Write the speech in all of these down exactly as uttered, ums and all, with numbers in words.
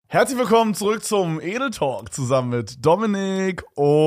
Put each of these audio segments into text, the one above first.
Herzlich willkommen zurück zum Edel Talk zusammen mit Dominik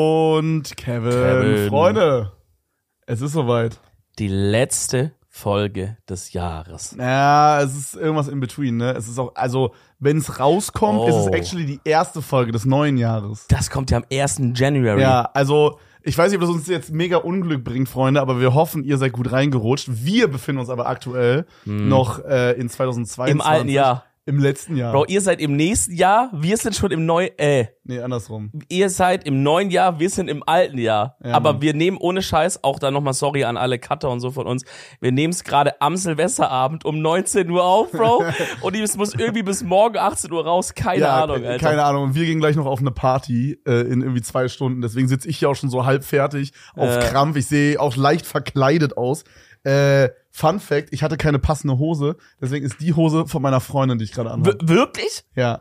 und Kevin. Kevin. Freunde, es ist soweit. Die letzte Folge des Jahres. Ja, es ist irgendwas in between, ne? Es ist auch, also, wenn es rauskommt, Oh. ist es actually die erste Folge des neuen Jahres. Das kommt ja am ersten January. Ja, also, ich weiß nicht, ob das uns jetzt mega Unglück bringt, Freunde, aber wir hoffen, ihr seid gut reingerutscht. Wir befinden uns aber aktuell Hm. noch äh, in zweitausendzweiundzwanzig. Im alten Jahr. Im letzten Jahr. Bro, ihr seid im nächsten Jahr, wir sind schon im neuen, äh, Nee, andersrum. ihr seid im neuen Jahr, wir sind im alten Jahr. Ja, Aber Mann. wir nehmen ohne Scheiß, auch da nochmal sorry an alle Cutter und so von uns, wir nehmen es gerade am Silvesterabend um neunzehn Uhr auf, Bro. Und es muss irgendwie bis morgen achtzehn Uhr raus, keine ja, Ahnung, Alter. Keine Ahnung. Und wir gehen gleich noch auf eine Party äh, in irgendwie zwei Stunden. Deswegen sitze ich hier auch schon so halb fertig auf Äh. Krampf. Ich sehe auch leicht verkleidet aus. Äh, Fun Fact, ich hatte keine passende Hose. Deswegen ist die Hose von meiner Freundin, die ich gerade anhabe. W- wirklich? Ja.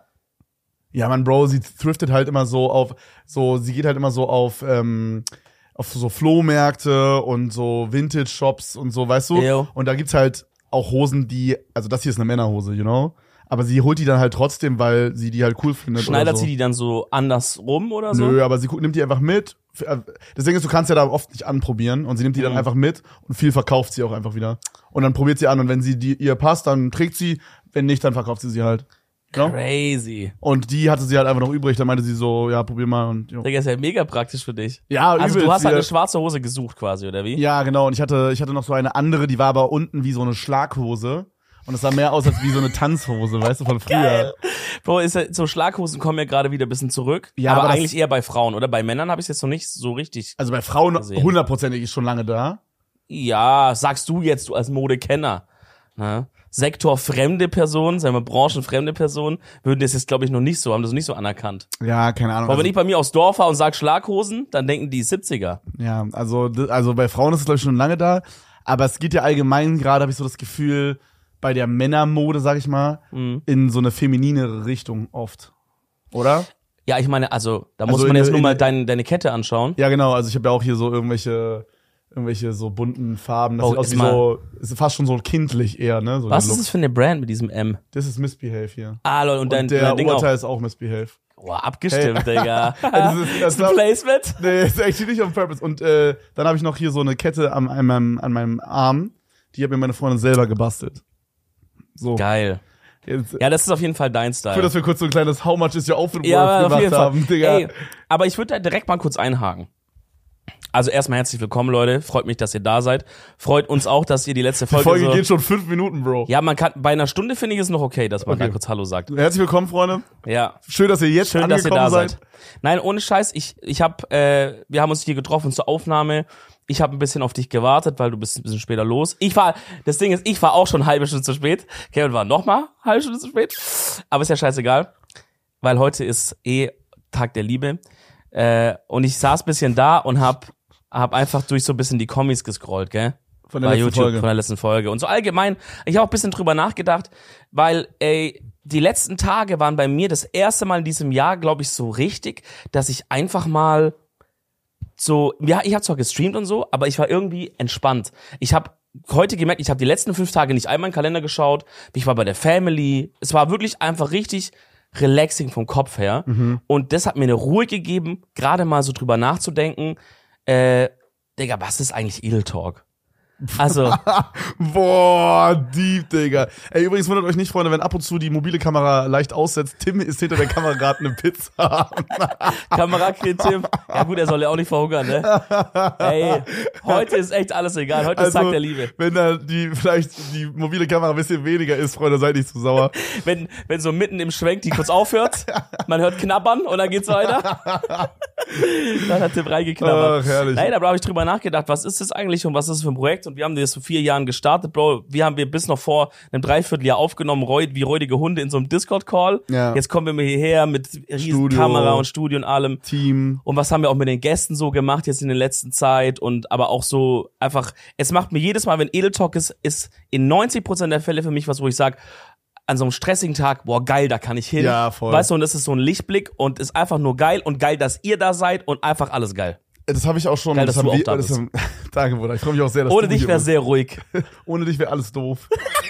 Ja, mein Bro, sie thriftet halt immer so auf, so, sie geht halt immer so auf, ähm, auf so Flohmärkte und so Vintage-Shops und so, weißt du? Jo. Und da gibt's halt auch Hosen, die, also das hier ist eine Männerhose, you know? Aber sie holt die dann halt trotzdem, weil sie die halt cool findet. Schneidert oder so. sie die dann so andersrum oder so? Nö, aber sie gu- nimmt die einfach mit. Das Ding ist, du kannst ja da oft nicht anprobieren und sie nimmt die dann Mhm. einfach mit und viel verkauft sie auch einfach wieder. Und dann probiert sie an und wenn sie die ihr passt, dann trägt sie, wenn nicht, dann verkauft sie sie halt. Ja? Crazy. Und die hatte sie halt einfach noch übrig, dann meinte sie so, ja, probier mal und jo. Digga, ist ja mega praktisch für dich. Ja, Also übelst, du hast halt ja. eine schwarze Hose gesucht quasi, oder wie? Ja, genau, und ich hatte ich hatte noch so eine andere, die war aber unten wie so eine Schlaghose und es sah mehr aus als wie so eine Tanzhose, weißt du, von früher. Geil. Bro, ist ja, so Schlaghosen kommen ja gerade wieder ein bisschen zurück. Ja, aber, aber das- eigentlich eher bei Frauen, oder? Bei Männern habe ich es jetzt noch nicht so richtig. Also bei Frauen Gesehen. hundertprozentig ist schon lange da. Ja, sagst du jetzt, du als Modekenner. Ne? Sektor fremde Personen, sagen wir branchenfremde Personen, würden das jetzt, glaube ich, noch nicht so, haben das noch nicht so anerkannt. Ja, keine Ahnung. Aber wenn also- ich bei mir aufs Dorf fahre und sag Schlaghosen, dann denken die siebziger. Ja, also, d- also bei Frauen ist es, glaube ich, schon lange da. Aber es geht ja allgemein gerade, habe ich so das Gefühl, bei der Männermode, sag ich mal, Mhm. in so eine femininere Richtung oft. Oder? Ja, ich meine, also, da Also muss man in jetzt der- nur in mal der- dein, deine Kette anschauen. Ja, genau. Also ich habe ja auch hier so irgendwelche, irgendwelche so bunten Farben. Das Oh, sieht aus ist wie mal- so, ist fast schon so kindlich eher, ne? So Was der ist Look. das für eine Brand mit diesem M? Das ist Misbehave hier. Ah, Leute, und Und dein, der dein Ding auch. Oberteil ist auch Misbehave. Boah, abgestimmt, Digga. Das ist- das ist ein war- Placement? Nee, ist actually nicht on purpose. Und äh, dann habe ich noch hier so eine Kette an, an, meinem, an meinem Arm. Die hat mir meine Freundin selber gebastelt. So. Geil. Jetzt, Ja, das ist auf jeden Fall dein Style. Für dass wir kurz so ein kleines How much is your outfit worth Ja, auf gemacht jeden Fall. haben, Digga. Ey, aber ich würde da direkt mal kurz einhaken. Also erstmal herzlich willkommen, Leute. Freut mich, dass ihr da seid. Freut uns auch, dass ihr die letzte Die Folge, Folge so geht schon fünf Minuten, Bro. Ja, man kann, bei einer Stunde finde ich es noch okay, dass man Okay. da kurz Hallo sagt. Herzlich willkommen, Freunde. Ja. Schön, dass ihr jetzt Schön, dass ihr angekommen da seid. seid. Nein, ohne Scheiß, ich, ich hab, äh, wir haben uns hier getroffen zur Aufnahme. Ich habe ein bisschen auf dich gewartet, weil du bist ein bisschen später los. Ich war, das Ding ist, ich war auch schon eine halbe Stunde zu spät. Kevin war noch mal eine halbe Stunde zu spät. Aber ist ja scheißegal, weil heute ist eh Tag der Liebe. Äh, und ich saß ein bisschen da und hab, hab einfach durch so ein bisschen die Kommis gescrollt, gell? Von der Bei letzten YouTube, Folge. von der letzten Folge. Und so allgemein, ich habe auch ein bisschen drüber nachgedacht, weil, ey, die letzten Tage waren bei mir das erste Mal in diesem Jahr, glaube ich, so richtig, dass ich einfach mal so, ja, ich habe zwar gestreamt und so, aber ich war irgendwie entspannt. Ich habe heute gemerkt, ich habe die letzten fünf Tage nicht einmal in den Kalender geschaut, ich war bei der Family. Es war wirklich einfach richtig relaxing vom Kopf her. Mhm. Und das hat mir eine Ruhe gegeben, gerade mal so drüber nachzudenken, äh, Digga, was ist eigentlich Edel Talk? Also, Boah, deep, Digga. Ey, übrigens wundert euch nicht, Freunde, wenn ab und zu die mobile Kamera leicht aussetzt. Tim ist hinter der Kamera gerade eine Pizza. Kamerakind Tim. Ja gut, er soll ja auch nicht verhungern, ne? Ey, heute ist echt alles egal. Heute ist Tag der Liebe. Wenn da die, vielleicht die mobile Kamera ein bisschen weniger ist, Freunde, seid nicht zu sauer. Wenn, wenn so mitten im Schwenk die kurz aufhört, man hört knabbern und dann geht's weiter. Dann hat Tim reingeknabbert. Ach, herrlich. Nein, da habe ich drüber nachgedacht, was ist das eigentlich und was ist das für ein Projekt? Und wir haben das vor vier Jahren gestartet, Bro. Wir haben wir bis noch vor einem Dreivierteljahr aufgenommen, wie räudige Hunde in so einem Discord-Call. Ja. Jetzt kommen wir mal hierher mit riesen Studio. Kamera und Studio und allem. Team. Und was haben wir auch mit den Gästen so gemacht jetzt in der letzten Zeit und aber auch so einfach, es macht mir jedes Mal, wenn Edel Talk ist, ist in neunzig Prozent der Fälle für mich was, wo ich sage, an so einem stressigen Tag, boah, geil, da kann ich hin. Ja, voll. Weißt du, und das ist so ein Lichtblick und ist einfach nur geil und geil, dass ihr da seid und einfach alles geil. Das habe ich auch schon. Geil, das dass haben du auch wir, da das bist. haben, danke, Bruder. Ich freue mich auch sehr, dass Ohne du dich hier wäre bist. sehr ruhig. Ohne dich wäre alles doof.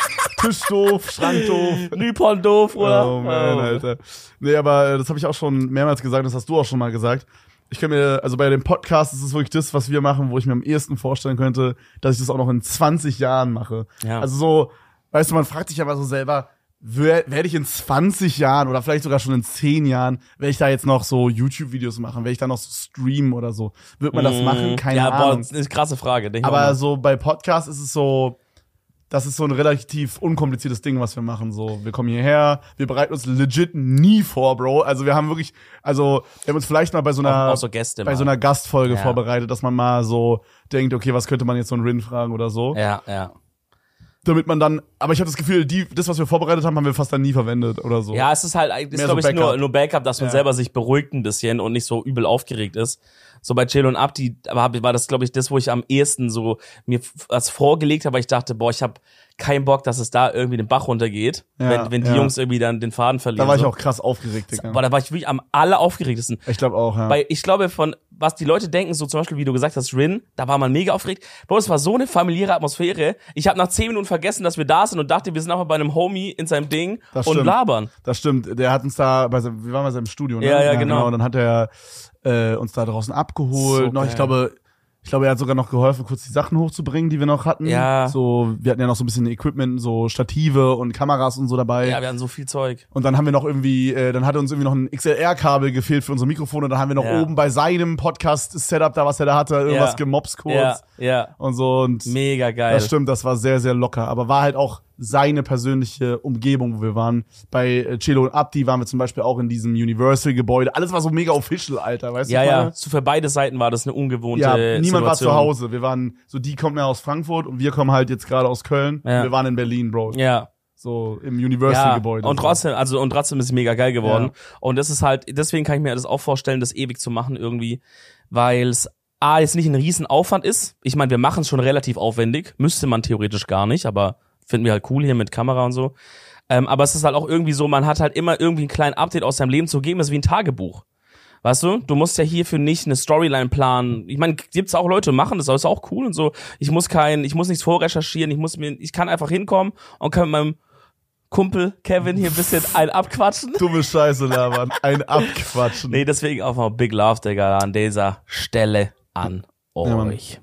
Tisch doof, Schrank doof. Nypon doof, oder? Oh man, Alter. Nee, aber das habe ich auch schon mehrmals gesagt, das hast du auch schon mal gesagt. Ich kann mir, also bei dem Podcast ist es wirklich das, was wir machen, wo ich mir am ehesten vorstellen könnte, dass ich das auch noch in zwanzig Jahren mache. Ja. Also so, weißt du, man fragt sich aber so selber, werde ich in zwanzig Jahren oder vielleicht sogar schon in zehn Jahren, werde ich da jetzt noch so YouTube-Videos machen, werde ich da noch so streamen oder so? Wird man das machen? Keine ja, Ahnung. boah, das ist eine krasse Frage. Denk Aber mal. so bei Podcasts ist es so, das ist so ein relativ unkompliziertes Ding, was wir machen. So, wir kommen hierher, wir bereiten uns legit nie vor, Bro. Also wir haben wirklich, also wir haben uns vielleicht mal bei so einer, auch, auch so Gäste bei mal. so einer Gastfolge Ja. vorbereitet, dass man mal so denkt, okay, was könnte man jetzt so einen Rin fragen oder so. Ja, ja. Damit man dann, aber ich habe das Gefühl, die, das, was wir vorbereitet haben, haben wir fast dann nie verwendet oder so. Ja, es ist halt, ist Mehr glaube so ich nur, Backup. nur Backup, dass man Ja. selber sich beruhigt ein bisschen und nicht so übel aufgeregt ist. So bei Chill und Abdi war, war das, glaube ich, das, wo ich am ehesten so mir was vorgelegt habe, weil ich dachte, boah, ich habe keinen Bock, dass es da irgendwie den Bach runtergeht, Ja, wenn, wenn die ja. Jungs irgendwie dann den Faden verlieren. Da war ich so. auch krass aufgeregt, Digga. Boah, da war ich wirklich am alleraufgeregtesten. Ich glaube auch, ja. Weil ich glaube, von was die Leute denken, so zum Beispiel, wie du gesagt hast, Rin, da war man mega aufgeregt. Bro, es war so eine familiäre Atmosphäre. Ich habe nach zehn Minuten vergessen, dass wir da sind und dachte, wir sind einfach bei einem Homie in seinem Ding Das und stimmt. labern. Das stimmt. Der hat uns da, bei seinem, wir waren bei seinem Studio, ne? Ja, ja, genau. Und dann hat er äh, uns da draußen abgeholt. So noch, ich geil. glaube, ich glaube, er hat sogar noch geholfen, kurz die Sachen hochzubringen, die wir noch hatten. Ja. So, wir hatten ja noch so ein bisschen Equipment, so Stative und Kameras und so dabei. Ja, wir hatten so viel Zeug. Und dann haben wir noch irgendwie, äh, dann hat uns irgendwie noch ein X L R-Kabel gefehlt für unser Mikrofon und dann haben wir noch Ja. oben bei seinem Podcast-Setup da, was er da hatte, irgendwas Ja. gemobst kurz Ja, ja. und so. Und Mega geil. das stimmt, das war sehr, sehr locker. Aber war halt auch seine persönliche Umgebung, wo wir waren. Bei äh, Cello und Abdi waren wir zum Beispiel auch in diesem Universal-Gebäude. Alles war so mega official, Alter, weißt Ja, du? ja. So für beide Seiten war das eine ungewohnte Ja, niemand Situation. war zu Hause. Wir waren, so die kommen ja aus Frankfurt und wir kommen halt jetzt gerade aus Köln. Ja. Wir waren in Berlin, Bro. Ja. So im Ja, Universal-Gebäude. und so. trotzdem, also und trotzdem ist es mega geil geworden. Ja. Und das ist halt, deswegen kann ich mir das auch vorstellen, das ewig zu machen irgendwie, weil es A, jetzt nicht ein riesen Aufwand ist. Ich meine, wir machen es schon relativ aufwendig, müsste man theoretisch gar nicht, aber finden wir halt cool hier mit Kamera und so. Ähm, aber es ist halt auch irgendwie so, man hat halt immer irgendwie einen kleinen Update aus seinem Leben zu geben, das ist wie ein Tagebuch. Weißt du, du musst ja hierfür nicht eine Storyline planen. Ich meine, gibt's auch Leute, die machen das, aber ist auch cool und so. Ich muss kein, ich muss nichts vorrecherchieren, ich muss mir, ich kann einfach hinkommen und kann mit meinem Kumpel Kevin hier ein bisschen ein abquatschen. Dumme Scheiße labern. Ein Abquatschen. Nee, deswegen auch mal Big Love, Digga, an dieser Stelle an Ja, Mann. euch.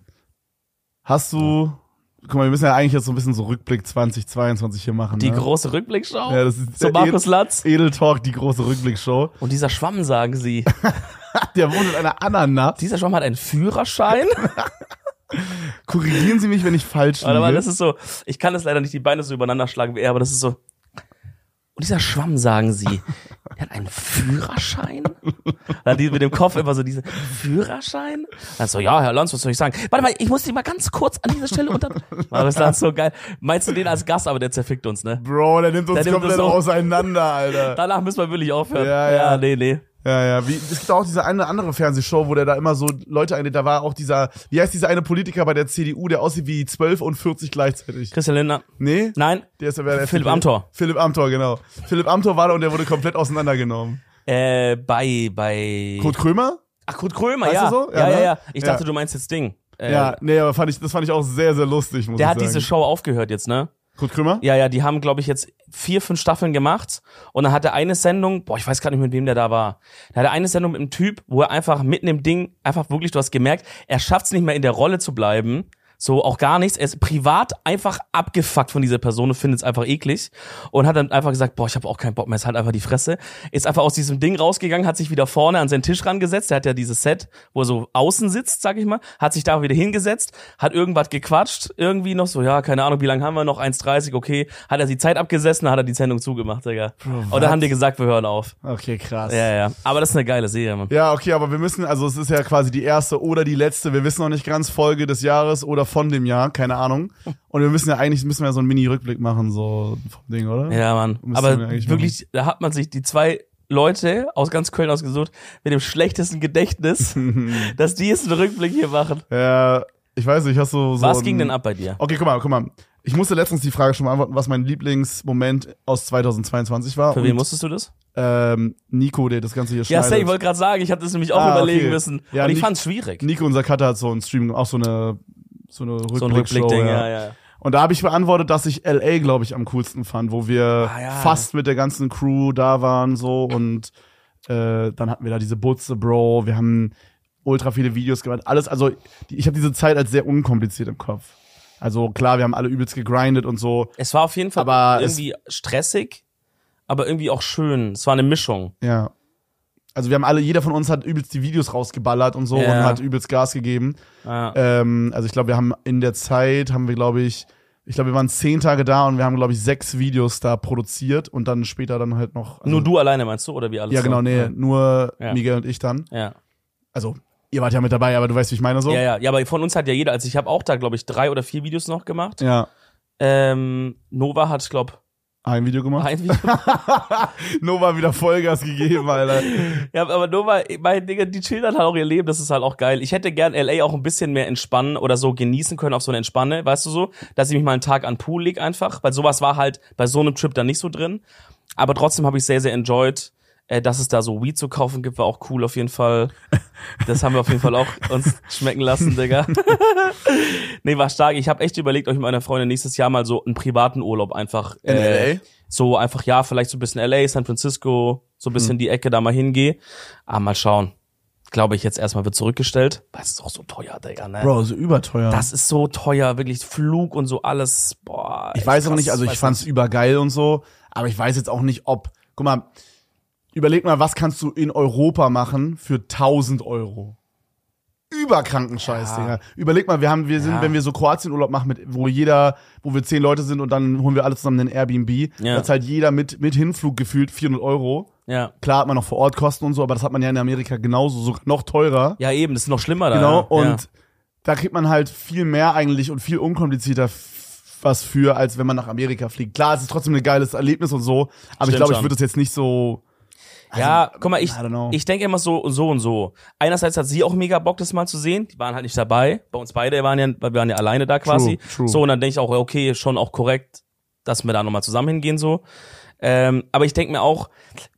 Hast du, guck mal, wir müssen ja eigentlich jetzt so ein bisschen so Rückblick zwanzig zweiundzwanzig hier machen. Die ne? große Rückblickshow Ja, das ist zu der Markus Latz. Edel Talk, die große Rückblickshow. Und dieser Schwamm, sagen sie. Der wohnt in einer Ananas. Dieser Schwamm hat einen Führerschein. Korrigieren Sie mich, wenn ich falsch Warte mal, liege. das ist so, ich kann das leider nicht die Beine so übereinander schlagen wie er, aber das ist so. Und dieser Schwamm, sagen sie, der hat einen Führerschein? Dann die mit dem Kopf immer so diese, Führerschein? Dann so, ja, Herr Lanz, was soll ich sagen? Warte mal, ich muss dich mal ganz kurz an dieser Stelle unter... Markus Lanz, so geil. Meinst du den als Gast, aber der zerfickt uns, ne? Bro, der nimmt uns Der nimmt komplett uns so- auseinander, Alter. Danach müssen wir wirklich aufhören. Ja, ja. nee, nee. Ja, ja. Wie, es gibt auch diese eine andere Fernsehshow, wo der da immer so Leute einlädt. Da war auch dieser, wie heißt dieser eine Politiker bei der C D U, der aussieht wie zwölf und vierzig gleichzeitig. Christian Lindner. Nee? Nein, Der ist ja wer der Philipp F D P. Amthor. Philipp Amthor, genau. Philipp Amthor war da und der wurde komplett auseinandergenommen. äh, bei, bei... Kurt Krömer? Ach, Kurt Krömer, Weißt ja. du so? Ja, Ja, ja, ne? ja. Ich Ja. dachte, du meinst jetzt Ding. Äh, Ja, nee, aber fand ich, das fand ich auch sehr, sehr lustig, muss Der ich hat sagen. diese Show aufgehört jetzt, ne? Kurt Krömer? Ja, ja, die haben, glaube ich, jetzt vier, fünf Staffeln gemacht. Und dann hat er eine Sendung, boah, ich weiß gar nicht, mit wem der da war. Da hat er eine Sendung mit einem Typ, wo er einfach mitten im Ding, einfach wirklich, du hast gemerkt, er schafft es nicht mehr in der Rolle zu bleiben. So auch gar nichts. Er ist privat einfach abgefuckt von dieser Person und findet es einfach eklig. Und hat dann einfach gesagt, boah, ich habe auch keinen Bock mehr, ist halt einfach die Fresse. Ist einfach aus diesem Ding rausgegangen, hat sich wieder vorne an seinen Tisch rangesetzt. Der hat ja dieses Set, wo er so außen sitzt, sag ich mal. Hat sich da wieder hingesetzt, hat irgendwas gequatscht. Irgendwie noch so, ja, keine Ahnung, wie lange haben wir noch? eins dreißig, okay. Hat er die Zeit abgesessen, dann hat er die Sendung zugemacht, Digga. Und dann haben die gesagt, wir hören auf. Okay, krass. Ja, ja. Aber das ist eine geile Serie, Mann. Ja, okay, aber wir müssen, also es ist ja quasi die erste oder die letzte, wir wissen noch nicht ganz, Folge des Jahres oder von dem Jahr, keine Ahnung. Und wir müssen ja eigentlich, müssen wir ja so einen Mini-Rückblick machen, so vom Ding, oder? Ja, Mann. Müssen Aber wir eigentlich wirklich, da hat man sich die zwei Leute aus ganz Köln ausgesucht, mit dem schlechtesten Gedächtnis, dass die jetzt einen Rückblick hier machen. Ja, ich weiß nicht, hast du so. Was ein- ging denn ab bei dir? Okay, guck mal, guck mal. Ich musste letztens die Frage schon mal antworten, was mein Lieblingsmoment aus zweitausendzweiundzwanzig war. Für wen Und, musstest du das? ähm, Nico, der das Ganze hier Ja, schneidet. Say, ich wollte gerade sagen, ich habe das nämlich auch Ah, überlegen okay. müssen. Ja, und ich Ni- fand's schwierig. Nico, unser Cutter, hat so einen Stream, auch so eine, so eine So ein Rückblickshow. Rückblickding, ja. ja, ja. Und da habe ich beantwortet, dass ich L A, glaube ich, am coolsten fand, wo wir Ah, ja. fast mit der ganzen Crew da waren so und äh, dann hatten wir da diese Butze, Bro, wir haben ultra viele Videos gemacht, alles, also die, ich habe diese Zeit als sehr unkompliziert im Kopf. Also klar, wir haben alle übelst gegrindet und so. Es war auf jeden Fall Aber irgendwie stressig, aber irgendwie auch schön. Es war eine Mischung. Ja. Also wir haben alle, jeder von uns hat übelst die Videos rausgeballert und so Ja. und hat übelst Gas gegeben. Ja. Ähm, also ich glaube, wir haben in der Zeit, haben wir glaube ich, ich glaube, wir waren zehn Tage da und wir haben, glaube ich, sechs Videos da produziert und dann später dann halt noch. Also, Nur du alleine meinst du, oder wie alles? Ja, genau, nee, Ja. nur Ja. Miguel und ich dann. Ja. Also, ihr wart ja mit dabei, aber du weißt, wie ich meine so. Ja, ja, ja, aber von uns hat ja jeder, also ich habe auch da, glaube ich, drei oder vier Videos noch gemacht. Ja. Ähm, Nova hat, glaube Ein Video gemacht. ein Video. Nova wieder Vollgas gegeben, Alter. Ja, aber Nova, meine Digga, die chillen halt auch ihr Leben, das ist halt auch geil. Ich hätte gern L A auch ein bisschen mehr entspannen oder so genießen können auf so eine Entspanne, weißt du so, dass ich mich mal einen Tag an den Pool leg einfach, weil sowas war halt bei so einem Trip dann nicht so drin. Aber trotzdem habe ich sehr, sehr enjoyed. Äh, dass es da so Weed zu kaufen gibt, war auch cool auf jeden Fall. Das haben wir auf jeden Fall auch uns schmecken lassen, Digga. Nee, war stark. Ich habe echt überlegt, euch mit meiner Freundin nächstes Jahr mal so einen privaten Urlaub einfach. In äh, L A? So einfach, ja, vielleicht so ein bisschen L A, San Francisco, so ein bisschen Hm. die Ecke da mal hingehe. Aber mal schauen. Glaube ich, jetzt erstmal wird zurückgestellt. Weil es ist auch so teuer, Digga, ne? Bro, so überteuer. Das ist so teuer, wirklich Flug und so alles. Boah. ich echt weiß auch krass, nicht, also ich weiß fand's übergeil und so, aber ich weiß jetzt auch nicht, ob, guck mal, überleg mal, was kannst du in Europa machen für tausend Euro? Überkranken Scheiß, Ja. Digga. Überleg mal, wir haben, wir sind, Ja. wenn wir so Kroatien-Urlaub machen, mit, wo jeder, wo wir zehn Leute sind und dann holen wir alle zusammen einen Airbnb, Ja. da zahlt jeder mit, mit Hinflug gefühlt vierhundert Euro. Ja. Klar hat man noch vor Ort Kosten und so, aber das hat man ja in Amerika genauso, sogar noch teurer. Ja, eben, das ist noch schlimmer da. Genau, ja. und da kriegt man halt viel mehr eigentlich und viel unkomplizierter f- was für, als wenn man nach Amerika fliegt. Klar, es ist trotzdem ein geiles Erlebnis und so, aber Stimmt ich glaube, ich schon. würde es jetzt nicht so. Also, Ja, guck mal, ich, I don't know. ich denke immer so, so und so. Einerseits hat sie auch mega Bock, das mal zu sehen. Die waren halt nicht dabei. Bei uns beide waren ja, weil wir waren ja alleine da quasi. True, true. So, und dann denke ich auch, okay, schon auch korrekt, dass wir da nochmal zusammen hingehen, so. Ähm, aber ich denke mir auch,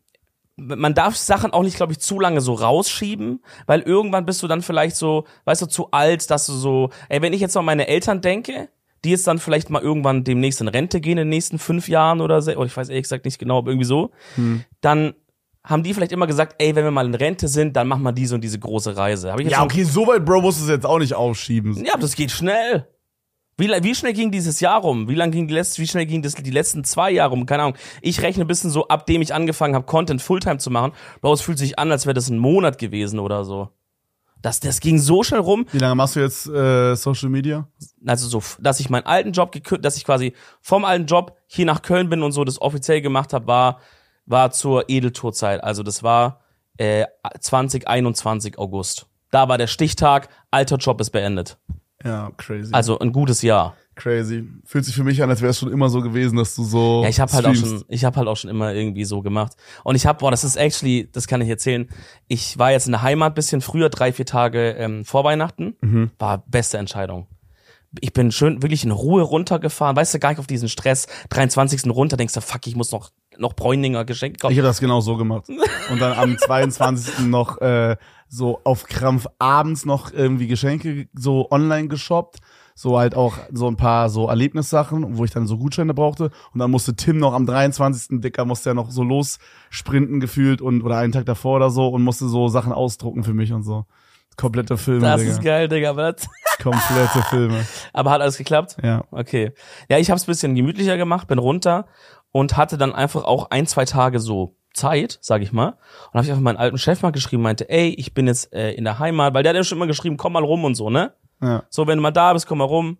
man darf Sachen auch nicht, glaube ich, zu lange so rausschieben, weil irgendwann bist du dann vielleicht so, weißt du, zu alt, dass du so, ey, wenn ich jetzt noch an meine Eltern denke, die jetzt dann vielleicht mal irgendwann demnächst in Rente gehen in den nächsten fünf Jahren oder so, oder ich weiß ehrlich gesagt nicht genau, aber irgendwie so, Hm. dann haben die vielleicht immer gesagt, ey, wenn wir mal in Rente sind, dann machen wir diese und diese große Reise. Hab ich jetzt Ja, schon- okay, so weit, Bro, musst du es jetzt auch nicht aufschieben. Ja, das geht schnell. Wie, la- wie schnell ging dieses Jahr rum? Wie lang ging die letzte, wie schnell ging das die letzten zwei Jahre rum? Keine Ahnung. Ich rechne ein bisschen so, ab dem ich angefangen habe, Content Fulltime zu machen. Bro, es fühlt sich an, als wäre das ein Monat gewesen oder so. Das, das ging so schnell rum. Wie lange machst du jetzt äh, Social Media? Also so, dass ich meinen alten Job gekündigt, dass ich quasi vom alten Job hier nach Köln bin und so das offiziell gemacht habe, war, war zur Edeltourzeit. Also das war äh, zwanzig einundzwanzig August. Da war der Stichtag, alter Job ist beendet. Ja, crazy. Also ein gutes Jahr. crazy. Fühlt sich für mich an, als wäre es schon immer so gewesen, dass du so Ja, ich habe halt auch streamst. schon, ich habe halt auch schon immer irgendwie so gemacht. Und ich habe, boah, das ist actually, das kann ich erzählen. Ich war jetzt in der Heimat bisschen früher, drei, vier Tage ähm, vor Weihnachten. Mhm. War beste Entscheidung. Ich bin schön wirklich in Ruhe runtergefahren, weißt du, gar nicht auf diesen Stress. dreiundzwanzigsten runter, denkst du, fuck, ich muss noch noch Bräuninger Geschenk kaufen. Ich habe das genau so gemacht. Und dann am zweiundzwanzigsten noch äh, so auf Krampf abends noch irgendwie Geschenke so online geshoppt. So halt auch so ein paar so Erlebnissachen, wo ich dann so Gutscheine brauchte. Und dann musste Tim noch am dreiundzwanzigsten Dicker musste ja noch so lossprinten gefühlt und oder einen Tag davor oder so und musste so Sachen ausdrucken für mich und so. Komplette Filme, Das Digga. ist geil, Digga. Aber, das, Komplette Filme. aber hat alles geklappt? Ja. Okay. Ja, ich habe es ein bisschen gemütlicher gemacht, bin runter und hatte dann einfach auch ein, zwei Tage so Zeit, sag ich mal. Und habe ich einfach meinen alten Chef mal geschrieben, meinte, ey, ich bin jetzt äh, in der Heimat, weil der hat ja schon immer geschrieben, komm mal rum und so, ne? Ja. So, wenn du mal da bist, komm mal rum.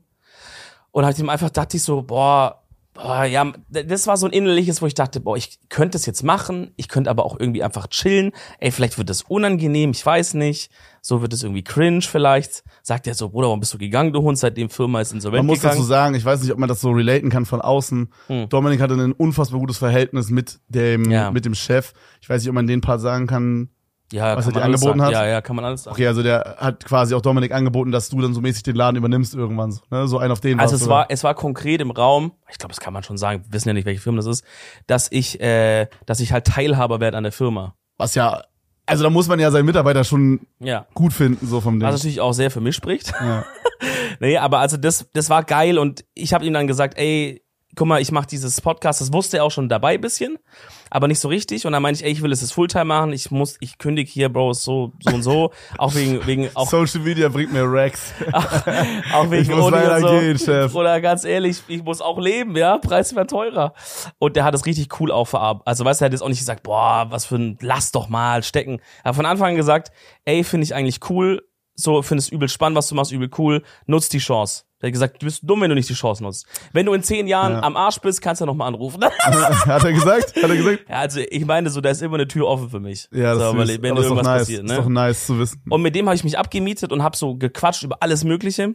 Und halt ihm einfach dachte ich so, boah, boah, ja, das war so ein innerliches, wo ich dachte, boah, ich könnte es jetzt machen, ich könnte aber auch irgendwie einfach chillen. Ey, vielleicht wird das unangenehm, ich weiß nicht. So wird es irgendwie cringe vielleicht. Sagt er so, Bruder, warum bist du gegangen, du Hund, seitdem Firma ist insolvent Man muss gegangen? dazu sagen, ich weiß nicht, ob man das so relaten kann von außen. Hm. Dominik hatte ein unfassbar gutes Verhältnis mit dem, Ja. mit dem Chef. Ich weiß nicht, ob man den Part sagen kann. Ja, was kann er dir man alles angeboten sagen. hat? Ja, ja, kann man alles sagen. Okay, also der hat quasi auch Dominik angeboten, dass du dann so mäßig den Laden übernimmst irgendwann. So, ne? So ein auf den Also warst es du, war, es war konkret im Raum, ich glaube, das kann man schon sagen, wir wissen ja nicht, welche Firma das ist, dass ich, äh, dass ich halt Teilhaber werde an der Firma. was ja, also da muss man ja seinen Mitarbeiter schon Ja. gut finden, so vom Ding. Was natürlich auch sehr für mich spricht. ja. Nee, aber also das, das war geil und ich habe ihm dann gesagt, ey, guck mal, ich mache dieses Podcast, das wusste er auch schon dabei bisschen, aber nicht so richtig. Und dann meinte ich, ey, ich will es jetzt Fulltime machen, ich muss, ich kündige hier, Bro, so, so und so, auch wegen, wegen, auch, Social Media bringt mir Racks. auch, auch wegen Ich muss Uni leider und so. gehen, Chef. Oder ganz ehrlich, ich muss auch leben, ja, Preis wird teurer. Und der hat es richtig cool aufverarbeitet. Also, weißt du, er hat jetzt auch nicht gesagt, boah, was für ein, lass doch mal stecken. Er hat von Anfang an gesagt, ey, finde ich eigentlich cool, so, findest übel spannend, was du machst, übel cool, nutz die Chance. Er hat gesagt, du bist dumm, wenn du nicht die Chance nutzt. Wenn du in zehn Jahren Ja. am Arsch bist, kannst du noch mal anrufen. Hat er gesagt? Hat er gesagt? Ja, also ich meine so, da ist immer eine Tür offen für mich. Ja, das so, ist weil, süß. wenn Aber ist doch irgendwas nice. passiert, ne? Ist doch nice zu wissen. Und mit dem habe ich mich abgemietet und habe so gequatscht über alles Mögliche.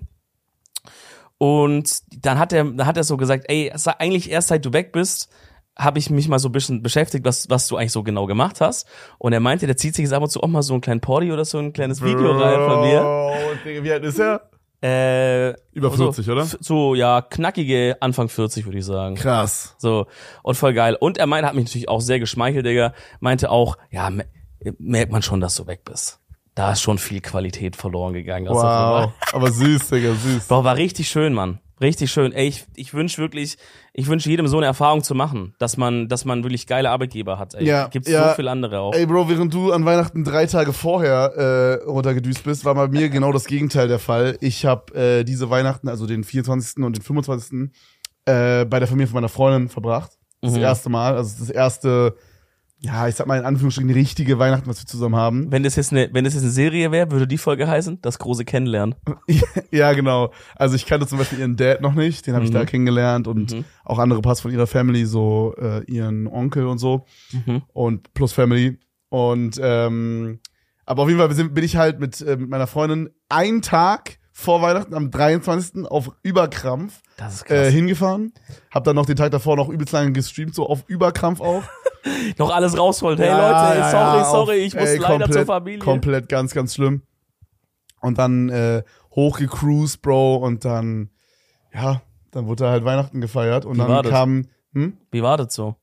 Und dann hat er, dann hat er so gesagt, ey, es war eigentlich erst seit du weg bist, habe ich mich mal so ein bisschen beschäftigt, was, was du eigentlich so genau gemacht hast. Und er meinte, der zieht sich jetzt ab und zu auch mal so einen kleinen Porti oder so ein kleines Video rein von mir. Oh, Digga, wie alt ist er? Äh, Über vierzig, so, oder? f- So, ja, knackige Anfang vierzig, würde ich sagen. Krass. So, und voll geil. Und er meinte, hat mich natürlich auch sehr geschmeichelt, Digga, meinte auch, ja, me- merkt man schon, dass du weg bist. Da ist schon viel Qualität verloren gegangen. aus der Wow. Firma. Aber süß, Digga, süß. Boah, war richtig schön, Mann. Richtig schön. Ey, ich, ich wünsche wirklich, ich wünsche jedem so eine Erfahrung zu machen, dass man, dass man wirklich geile Arbeitgeber hat. Ey. Ja, Gibt's ja. so viele andere auch. Ey, Bro, während du an Weihnachten drei Tage vorher äh, runtergedüst bist, war bei mir genau das Gegenteil der Fall. Ich habe äh, diese Weihnachten, also den vierundzwanzigsten und den fünfundzwanzigsten Äh, bei der Familie von meiner Freundin verbracht. Das Mhm. erste Mal, also das erste, ja, ich sag mal in Anführungsstrichen, richtige Weihnachten, was wir zusammen haben. Wenn das jetzt eine, wenn das jetzt eine Serie wäre, würde die Folge heißen, das große Kennenlernen. Ja, genau. Also ich kannte zum Beispiel ihren Dad noch nicht, den habe ich Mhm. da kennengelernt und Mhm. auch andere Parts von ihrer Family, so äh, ihren Onkel und so Mhm. und plus Family. Und ähm, aber auf jeden Fall sind, bin ich halt mit, äh, mit meiner Freundin einen Tag vor Weihnachten am dreiundzwanzigsten auf Überkrampf Das ist krass. äh, hingefahren. Hab dann noch den Tag davor noch übelst lange gestreamt, so auf Überkrampf auch. Noch alles rausholt. Hey Ja, Leute, ja, sorry, ja, sorry, auf- ich muss ey, leider komplett, zur Familie. Komplett ganz, ganz schlimm. Und dann äh, hochgecruised, Bro, und dann, ja, dann wurde halt Weihnachten gefeiert und Wie dann war das? kam, hm, Wie war das so?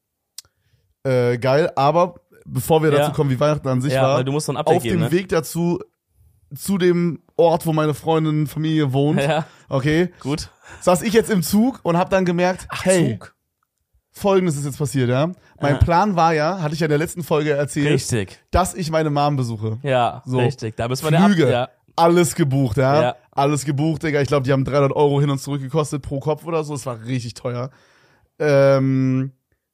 äh, geil, aber bevor wir dazu Ja. kommen, wie Weihnachten an sich Ja, war, weil du musst noch ein Update auf geben, dem ne? Weg dazu, zu dem Ort, wo meine Freundin, Familie wohnt, Ja, okay, gut. saß ich jetzt im Zug und hab dann gemerkt, Ach, hey, Zug. Folgendes ist jetzt passiert, ja. Mein Ja. Plan war ja, hatte ich ja in der letzten Folge erzählt, Richtig. dass ich meine Mom besuche. Ja, So. richtig. Da müssen wir der Flüge. Ab ja. Alles gebucht, ja. Ja. Alles gebucht, Digga. Ich glaube, die haben dreihundert Euro hin und zurück gekostet pro Kopf oder so. Es war richtig teuer. Ähm,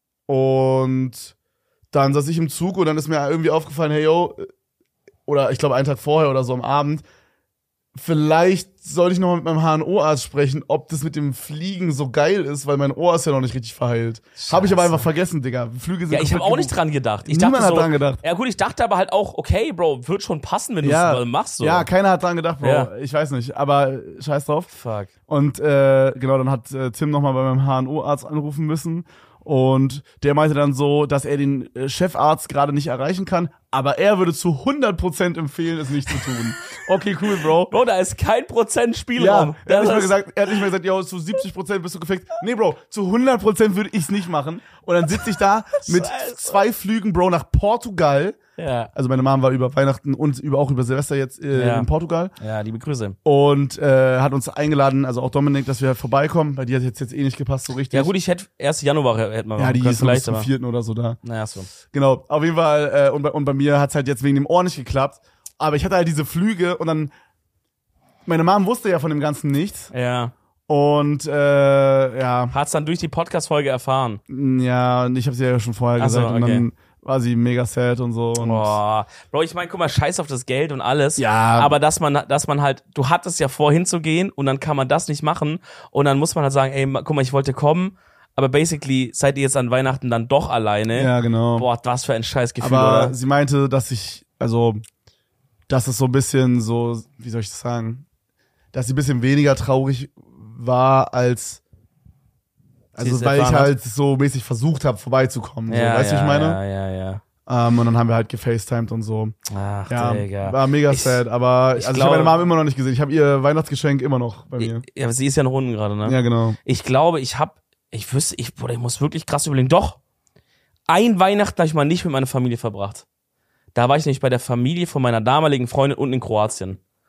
und dann saß ich im Zug und dann ist mir irgendwie aufgefallen, hey, yo, oder ich glaube einen Tag vorher oder so am Abend, vielleicht sollte ich noch mal mit meinem H N O-Arzt sprechen, ob das mit dem Fliegen so geil ist, weil mein Ohr ist ja noch nicht richtig verheilt. Habe ich aber Scheiße. einfach vergessen, Digga. Flüge sind Ja, ich habe komplett auch nicht gebucht. dran gedacht. Ich Niemand dachte hat so, dran gedacht. Ja gut, ich dachte aber halt auch, okay, Bro, wird schon passen, wenn du es Ja, mal machst. So. ja, keiner hat dran gedacht, Bro. Ja. Ich weiß nicht, aber scheiß drauf. Fuck. Und äh, genau, dann hat äh, Tim nochmal bei meinem H N O-Arzt anrufen müssen. Und der meinte dann so, dass er den äh, Chefarzt gerade nicht erreichen kann, aber er würde zu hundert Prozent empfehlen, es nicht zu tun. Okay, cool, Bro. Bro, da ist kein Prozent Ja, Spielraum. er hat, nicht Das mehr ist- gesagt, er hat nicht mehr gesagt, yo, zu siebzig Prozent bist du gefickt. Nee, Bro, zu hundert Prozent würde ich's nicht machen. Und dann sitze ich da mit Scheiße. zwei Flügen, Bro, nach Portugal. Ja. Also meine Mom war über Weihnachten und über, auch über Silvester jetzt äh, Ja. in Portugal. Ja, liebe Grüße. Und äh, hat uns eingeladen, also auch Dominik, dass wir vorbeikommen, weil die hat jetzt, jetzt eh nicht gepasst so richtig. Ja gut, ich hätte erst Januar hätten wir ja, machen die können, ist noch bis vielleicht, zum aber. vierten oder so da. Naja, so. Genau, auf jeden Fall. Äh, und, bei, und bei mir hat's halt jetzt wegen dem Ohr nicht geklappt. Aber ich hatte halt diese Flüge und dann, meine Mom wusste ja von dem Ganzen nichts. Ja. Und äh, ja, Hat's dann durch die Podcast-Folge erfahren. ja, und ich habe sie ja schon vorher Ach so, gesagt. Und okay. dann war sie mega sad und so. Und Boah. Bro, ich meine, guck mal, scheiß auf das Geld und alles. Ja. Aber dass man, dass man halt, du hattest ja vor hinzugehen und dann kann man das nicht machen und dann muss man halt sagen, ey, ma- guck mal, ich wollte kommen, aber basically seid ihr jetzt an Weihnachten dann doch alleine. ja, genau. Boah, was für ein Scheißgefühl, Aber oder? sie meinte, dass ich, also, dass es so ein bisschen so, wie soll ich das sagen, dass sie ein bisschen weniger traurig war als, Sie es also weil ich erfahren hat. halt so mäßig versucht habe, vorbeizukommen. So, weißt du, ja, wie ich meine? Ja, ja, ja. Ähm, und dann haben wir halt gefacetimed und so. Ach, Ja, Digga. war mega Ich- sad. Aber ich also ich glaube- habe meine Mom immer noch nicht gesehen. Ich habe ihr Weihnachtsgeschenk immer noch bei mir. Ja, aber sie ist ja noch unten gerade, ne? Ja, genau. Ich glaube, ich hab, ich wüsste, ich, Bruder, ich muss wirklich krass überlegen. Doch, ein Weihnachten habe ich mal nicht mit meiner Familie verbracht. Da war ich nämlich bei der Familie von meiner damaligen Freundin unten in Kroatien.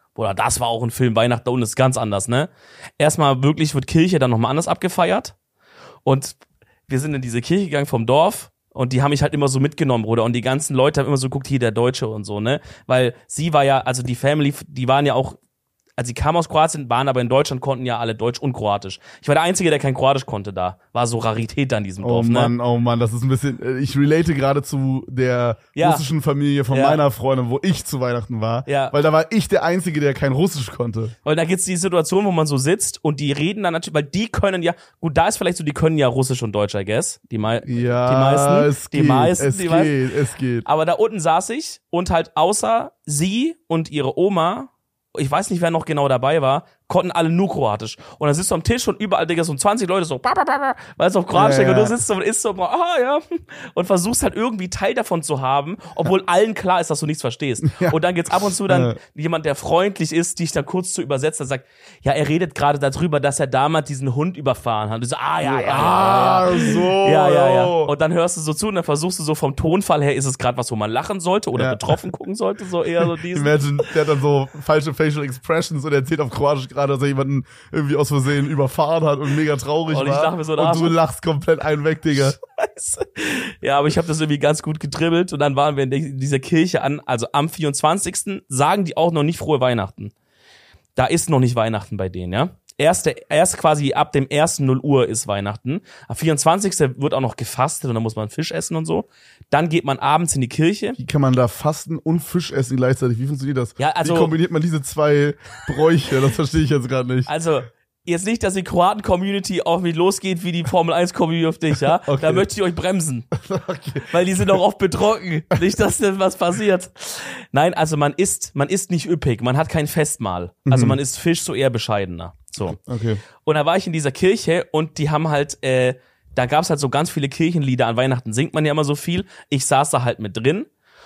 Oder das war auch ein Film, Weihnachten da unten ist ganz anders, ne? Erstmal wirklich wird Kirche dann nochmal anders abgefeiert. Und wir sind in diese Kirche gegangen vom Dorf. Und die haben mich halt immer so mitgenommen, Bruder. Und die ganzen Leute haben immer so geguckt, hier der Deutsche und so, ne? Weil sie war ja, also die Family, die waren ja auch, also sie kamen aus Kroatien, waren aber in Deutschland, konnten ja alle Deutsch und Kroatisch. Ich war der Einzige, der kein Kroatisch konnte da. War so Rarität an diesem Dorf, oh Mann, ne? Oh Mann, das ist ein bisschen, ich relate gerade zu der ja. russischen Familie von ja. meiner Freundin, wo ich zu Weihnachten war. Ja. Weil da war ich der Einzige, der kein Russisch konnte. Weil da gibt's die Situation, wo man so sitzt und die reden dann natürlich, weil die können ja, gut, da ist vielleicht so, die können ja Russisch und Deutsch, I guess. Die, mei ja, die meisten. Es die geht, meisten, es die geht, meisten. es geht. Aber da unten saß ich und halt außer sie und ihre Oma, ich weiß nicht, wer noch genau dabei war, konnten alle nur Kroatisch. Und dann sitzt du am Tisch und überall, Digga, so zwanzig Leute so, weil es auf Kroatisch ja, ja, und ja. du sitzt so und isst so, ah ja, und versuchst halt irgendwie Teil davon zu haben, obwohl allen klar ist, dass du nichts verstehst. Ja. Und dann geht's ab und zu dann ja. jemand, der freundlich ist, dich dann kurz zu übersetzen, der sagt, ja, er redet gerade darüber, dass er damals diesen Hund überfahren hat. Und du so, ah ja, ja, ja, ah, ja, ja. so. Ja, ja, ja. Und dann hörst du so zu und dann versuchst du so vom Tonfall her, ist es gerade was, wo man lachen sollte oder ja. betroffen gucken sollte, so eher so diesen. Imagine, der hat dann so falsche Facial Expressions und erzählt auf Kroatisch gerade, dass er jemanden irgendwie aus Versehen überfahren hat und mega traurig und ich war. Lach mir so und du lachst komplett einen weg, Digga. Scheiße. Ja, aber ich habe das irgendwie ganz gut getribbelt und dann waren wir in dieser Kirche an, also am vierundzwanzigsten sagen die auch noch nicht frohe Weihnachten. Da ist noch nicht Weihnachten bei denen, ja. Erste, erst quasi ab dem ersten null Uhr ist Weihnachten. Am vierundzwanzigsten wird auch noch gefastet und dann muss man Fisch essen und so. Dann geht man abends in die Kirche. Wie kann man da fasten und Fisch essen gleichzeitig? Wie funktioniert das? Ja, also, wie kombiniert man diese zwei Bräuche? Das verstehe ich jetzt gerade nicht. Also, jetzt nicht, dass die Kroaten-Community auf mich losgeht wie die Formel eins Community auf dich, ja? Okay. Da möchte ich euch bremsen. Okay. Weil die sind auch oft betrunken. Nicht, dass denn was passiert. Nein, also man isst, man isst nicht üppig. Man hat kein Festmahl. Also man isst Fisch so eher bescheidener. So. Okay. Und da war ich in dieser Kirche und die haben halt, äh, da gab's halt so ganz viele Kirchenlieder. An Weihnachten singt man ja immer so viel. Ich saß da halt mit drin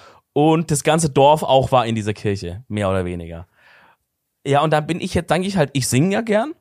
und das ganze Dorf auch war in dieser Kirche, mehr oder weniger. Ja, und dann bin ich jetzt, denke ich halt, ich singe ja gern.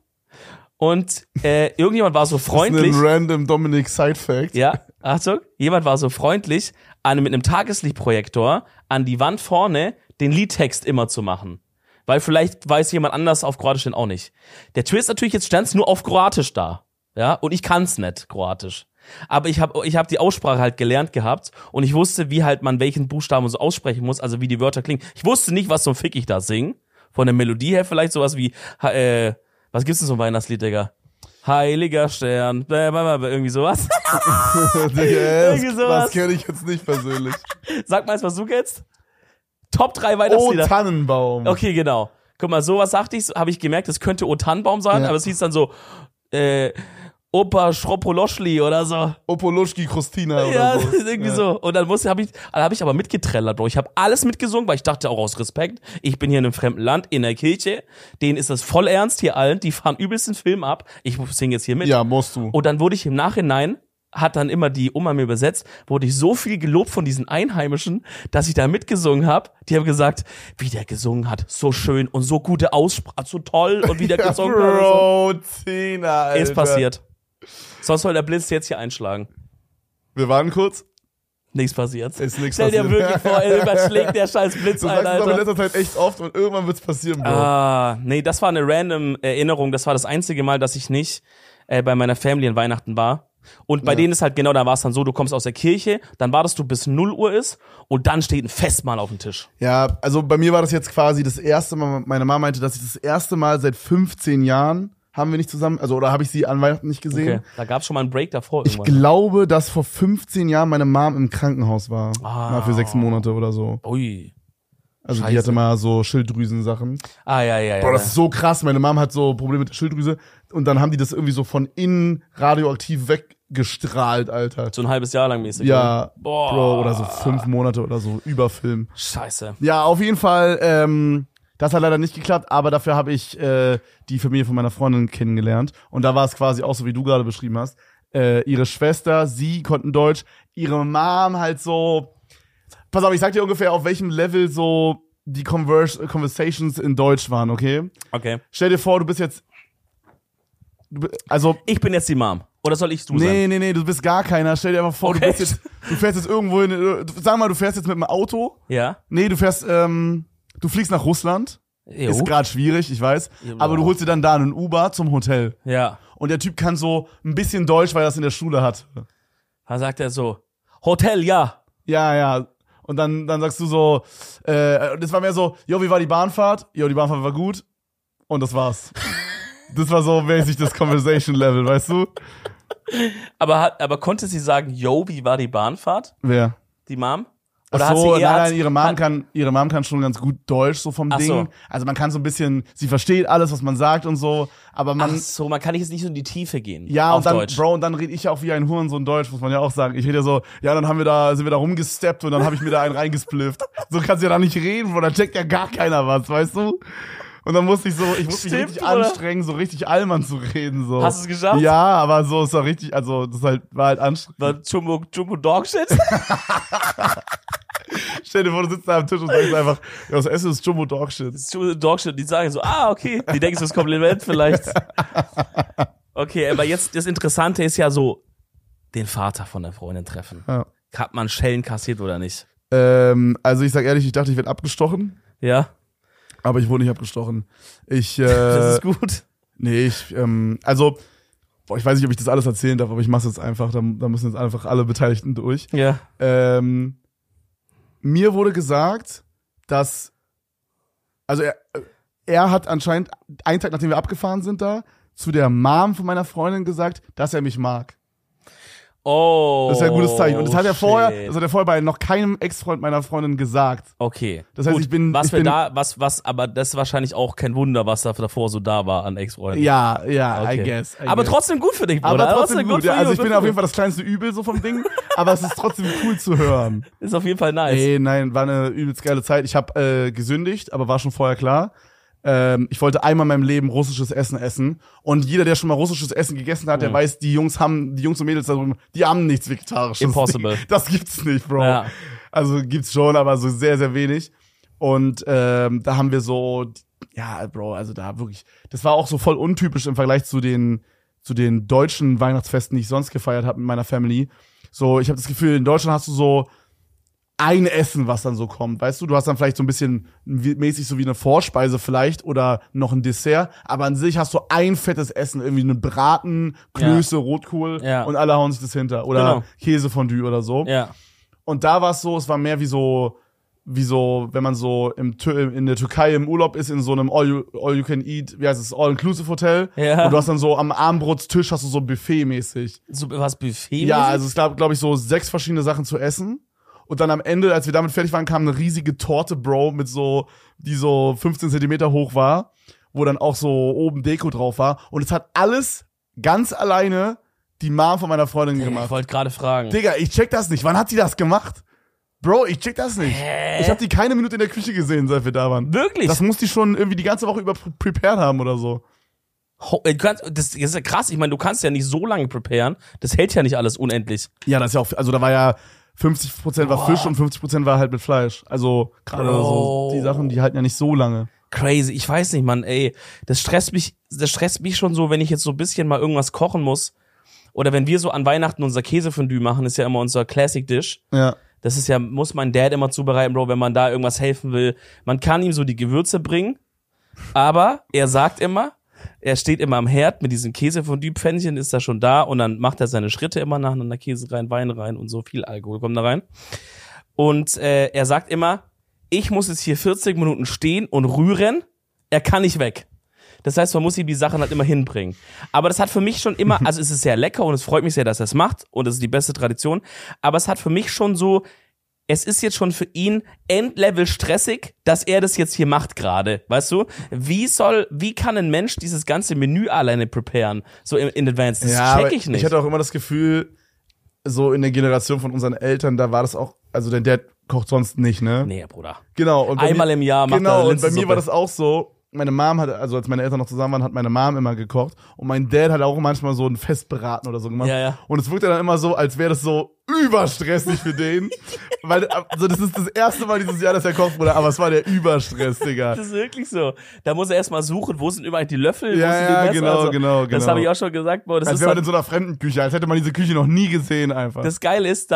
Und äh, irgendjemand war so freundlich. Das ist ein random Dominic Side-Fact. Ja, Achtung. Jemand war so freundlich, an, mit einem Tageslichtprojektor an die Wand vorne den Liedtext immer zu machen. Weil vielleicht weiß jemand anders auf Kroatisch den auch nicht. Der Twist natürlich, jetzt stand's nur auf Kroatisch da. Ja, und ich kann's nicht, Kroatisch. Aber ich habe ich hab die Aussprache halt gelernt gehabt und ich wusste, wie halt man welchen Buchstaben so aussprechen muss, also wie die Wörter klingen. Ich wusste nicht, was so ein Fick ich da sing. Von der Melodie her vielleicht sowas wie, äh, was gibt's denn so ein Weihnachtslied, Digga? Heiliger Stern, irgendwie sowas. Digga, irgendwie sowas. Das kenne ich jetzt nicht persönlich. Sag mal, was du kennst? Top drei Weihnachtslieder. Oh, Tannenbaum. Okay, genau. Guck mal, sowas sagte ich, habe ich gemerkt, das könnte O Tannenbaum sein, ja. Aber es hieß dann so, äh, Opa Schropoloschli oder so. Opoloschki Krustina oder ja, so. Ja, irgendwie ja. so. Und dann musste, hab ich, dann habe ich aber mitgetrellert, Bro. Ich habe alles mitgesungen, weil ich dachte auch aus Respekt, ich bin hier in einem fremden Land, in der Kirche, denen ist das voll ernst hier allen, die fahren übelst den Film ab. Ich singe jetzt hier mit. Ja, musst du. Und dann wurde ich im Nachhinein, hat dann immer die Oma mir übersetzt, wurde ich so viel gelobt von diesen Einheimischen, dass ich da mitgesungen habe. Die haben gesagt, wie der gesungen hat, so schön und so gute Aussprache, so toll und wie der ja, gesungen Bro, hat. So. Tina, Alter. Ist passiert. Sonst soll der Blitz jetzt hier einschlagen. Wir warten kurz. Nichts passiert. Ist nichts Stell passiert. dir wirklich vor, er überschlägt der scheiß Blitz du ein, sagst Alter. Das doch in letzter Zeit echt oft und irgendwann wird's passieren, Bro. Ah, nee, das war eine random Erinnerung. Das war das einzige Mal, dass ich nicht äh, bei meiner Family an Weihnachten war. Und bei ja. denen ist halt genau, da war es dann so, du kommst aus der Kirche, dann wartest du bis null Uhr ist und dann steht ein Festmahl auf dem Tisch. Ja, also bei mir war das jetzt quasi das erste Mal, meine Mama meinte, dass ich das erste Mal seit fünfzehn Jahren haben wir nicht zusammen, also oder habe ich sie an Weihnachten nicht gesehen. Okay. Da gab es schon mal einen Break davor irgendwann. Ich glaube, dass vor fünfzehn Jahren meine Mom im Krankenhaus war. Ah. Mal für sechs Monate oder so. Ui. Also Scheiße. Die hatte mal so Schilddrüsensachen. Ah, ja, ja, ja. Boah, das ist so krass. Meine Mom hat so Probleme mit der Schilddrüse und dann haben die das irgendwie so von innen radioaktiv weggestrahlt, Alter. So ein halbes Jahr lang mäßig. Ja, Boah. Bro, oder so fünf Monate oder so, Überfilm. Scheiße. Ja, auf jeden Fall, ähm, das hat leider nicht geklappt, aber dafür habe ich äh, die Familie von meiner Freundin kennengelernt. Und da war es quasi auch so, wie du gerade beschrieben hast. Äh, ihre Schwester, sie konnten Deutsch, ihre Mom halt so. Pass auf, ich sag dir ungefähr, auf welchem Level so die Converse, Conversations in Deutsch waren, okay? Okay. Stell dir vor, du bist jetzt. Du, also. Ich bin jetzt die Mom. Oder soll ich du nee, sein? Nee, nee, nee, du bist gar keiner. Stell dir einfach vor, okay. du bist jetzt. Du fährst jetzt irgendwo in. Sag mal, du fährst jetzt mit dem Auto. Ja. Nee, du fährst, ähm. Du fliegst nach Russland. Jo. Ist gerade schwierig, ich weiß. Jo. Aber du holst dir dann da einen Uber zum Hotel. Ja. Und der Typ kann so ein bisschen Deutsch, weil er das in der Schule hat. Da sagt er so, Hotel, ja. Ja, ja. Und dann, dann sagst du so, äh, das war mehr so, jo, wie war die Bahnfahrt? Jo, die Bahnfahrt war gut. Und das war's. Das war so mäßig das Conversation-Level, weißt du? Aber, hat, aber konnte sie sagen, yo, wie war die Bahnfahrt? Wer? Die Mom? Oder Oder Ach so, hat sie eher nein, als- nein, ihre Mom hat- kann, ihre Mom kann schon ganz gut Deutsch, so vom Ach Ding. so. Also man kann so ein bisschen, sie versteht alles, was man sagt und so, aber man, Ach so, man kann nicht jetzt nicht so in die Tiefe gehen. ja, auf und dann, Deutsch. Bro, und dann rede ich ja auch wie ein Hurensohn Deutsch, muss man ja auch sagen. Ich rede ja so, ja, dann haben wir da, sind wir da rumgesteppt und dann habe ich mir da einen reingesplifft. So kannst du ja da nicht reden, Bro, da checkt ja gar keiner was, weißt du? Und dann musste ich so, ich musste mich Stimmt, richtig oder? anstrengen, so richtig Allmann zu reden, so. Hast du es geschafft? Ja, aber so, es war richtig, also, das halt, war halt anstrengend. War Jumbo, Jumbo Dog Shit? Stell dir vor, du sitzt da am Tisch und sagst einfach, ja, das Essen ist Jumbo Dog Shit. Jumbo Dog Shit, die sagen so, ah, okay. Die denken so, das Kompliment vielleicht. Okay, aber jetzt, das Interessante ist ja so, den Vater von der Freundin treffen. Ja. Hat man Schellen kassiert oder nicht? Ähm, also ich sag ehrlich, ich dachte, ich werde abgestochen, Ja, aber ich wurde nicht abgestochen. Ich, äh, das ist gut. nee, ich, ähm, also, boah, ich weiß nicht, ob ich das alles erzählen darf, aber ich mach's jetzt einfach, da, da müssen jetzt einfach alle Beteiligten durch. Ja. Ähm, mir wurde gesagt, dass, also er, er hat anscheinend einen Tag, nachdem wir abgefahren sind da, zu der Mom von meiner Freundin gesagt, dass er mich mag. Oh. Das ist ja ein gutes Zeichen. Und das hat er shit. vorher, das hat er vorher bei noch keinem Ex-Freund meiner Freundin gesagt. Okay. Das heißt, Gut. ich bin- was ich wir bin- da, was, was, aber das ist wahrscheinlich auch kein Wunder, was da davor so da war an Ex-Freunden. Ja, ja, Okay. I guess. I aber guess. trotzdem gut für dich, Bruder. aber trotzdem gut. für Ja, also you, ich bin good auf for jeden Fall das kleinste Übel so vom Ding, aber es ist trotzdem cool zu hören. you. Ist auf jeden Fall nice. Ey, nein, war eine übelst geile Zeit. Ich habe äh, gesündigt, aber war schon vorher klar. Ähm, ich wollte einmal in meinem Leben russisches Essen essen. Und jeder, der schon mal russisches Essen gegessen hat, der Mhm. weiß, die Jungs haben, die Jungs und Mädels da drüben, die haben nichts Vegetarisches. Impossible. Das gibt's nicht, Bro. Ja. Also gibt's schon, aber so sehr, sehr wenig. Und ähm, da haben wir so, ja, Bro, also da wirklich, das war auch so voll untypisch im Vergleich zu den zu den deutschen Weihnachtsfesten, die ich sonst gefeiert habe mit meiner Family. So, ich habe das Gefühl, in Deutschland hast du so ein Essen, was dann so kommt, weißt du? Du hast dann vielleicht so ein bisschen wie- mäßig so wie eine Vorspeise vielleicht oder noch ein Dessert, aber an sich hast du ein fettes Essen, irgendwie einen Braten, Klöße, Rotkohl Ja. und alle hauen sich das hinter. Oder Genau. Käsefondue oder so. Ja. Und da war es so, es war mehr wie so, wie so, wenn man so im, Tür- in der Türkei im Urlaub ist, in so einem All you, all you can eat, wie heißt es, All-Inclusive-Hotel. Ja. Und du hast dann so am Abendbrotstisch hast du so Buffet-mäßig. So was Buffet? Ja, also es gab, glaube ich, so sechs verschiedene Sachen zu essen. Und dann am Ende, als wir damit fertig waren, kam eine riesige Torte, Bro, mit so, die so fünfzehn Zentimeter hoch war, wo dann auch so oben Deko drauf war. Und es hat alles ganz alleine die Mom von meiner Freundin Ich gemacht. wollte gerade fragen. Digga, ich check das nicht. Wann hat sie das gemacht? Bro, ich check das nicht. Hä? Ich habe die keine Minute in der Küche gesehen, seit wir da waren. Wirklich? Das muss die schon irgendwie die ganze Woche über pre- prepared haben oder so. Ho- du kannst, das, das ist ja krass. Ich meine, du kannst ja nicht so lange preparen. Das hält ja nicht alles unendlich. Ja, das ist ja auch, also da war ja fünfzig Prozent war Boah. Fisch und fünfzig Prozent war halt mit Fleisch. Also gerade so Bro. die Sachen, die halten ja nicht so lange. Crazy. Ich weiß nicht, Mann, ey. Das stresst mich, das stresst mich schon so, wenn ich jetzt so ein bisschen mal irgendwas kochen muss. Oder wenn wir so an Weihnachten unser Käsefondue machen, ist ja immer unser Classic Dish. Ja. Das ist ja, muss mein Dad immer zubereiten, Bro, wenn man da irgendwas helfen will. Man kann ihm so die Gewürze bringen, aber er sagt immer, er steht immer am Herd mit diesem Käsefondue-Pfännchen, ist da schon da und dann macht er seine Schritte immer nacheinander, Käse rein, Wein rein und so, viel Alkohol kommt da rein. Und äh, er sagt immer, ich muss jetzt hier vierzig Minuten stehen und rühren, er kann nicht weg. Das heißt, man muss ihm die Sachen halt immer hinbringen. Aber das hat für mich schon immer, also es ist sehr lecker und es freut mich sehr, dass er es macht und es ist die beste Tradition, aber es hat für mich schon so, es ist jetzt schon für ihn Endlevel stressig, dass er das jetzt hier macht gerade, weißt du? Wie soll, wie kann ein Mensch dieses ganze Menü alleine preparen, so in, in Advance? Das ja, check aber ich nicht. Ich hatte auch immer das Gefühl, so in der Generation von unseren Eltern, da war das auch, also der Dad kocht sonst nicht, ne? nee, Bruder. Genau. Und bei Einmal mir, im Jahr macht genau, er und bei mir Linsensuppe. war das auch so. Meine Mom hat, also als meine Eltern noch zusammen waren, hat meine Mom immer gekocht. Und mein Dad hat auch manchmal so ein Festbraten oder so gemacht. Ja, ja. Und es wirkte dann immer so, als wäre das so überstressig für den. Weil, also das ist das erste Mal dieses Jahr, dass er kocht, Bruder, aber es war der Überstress, Digga. Das ist wirklich so. Da muss er erstmal suchen, wo sind überall die Löffel, wo Ja, sind die ja, Messer. genau, also, genau, Das genau. habe ich auch schon gesagt, boah, das Als ist wäre man halt, in so einer fremden Küche, als hätte man diese Küche noch nie gesehen einfach. das Geile ist dann,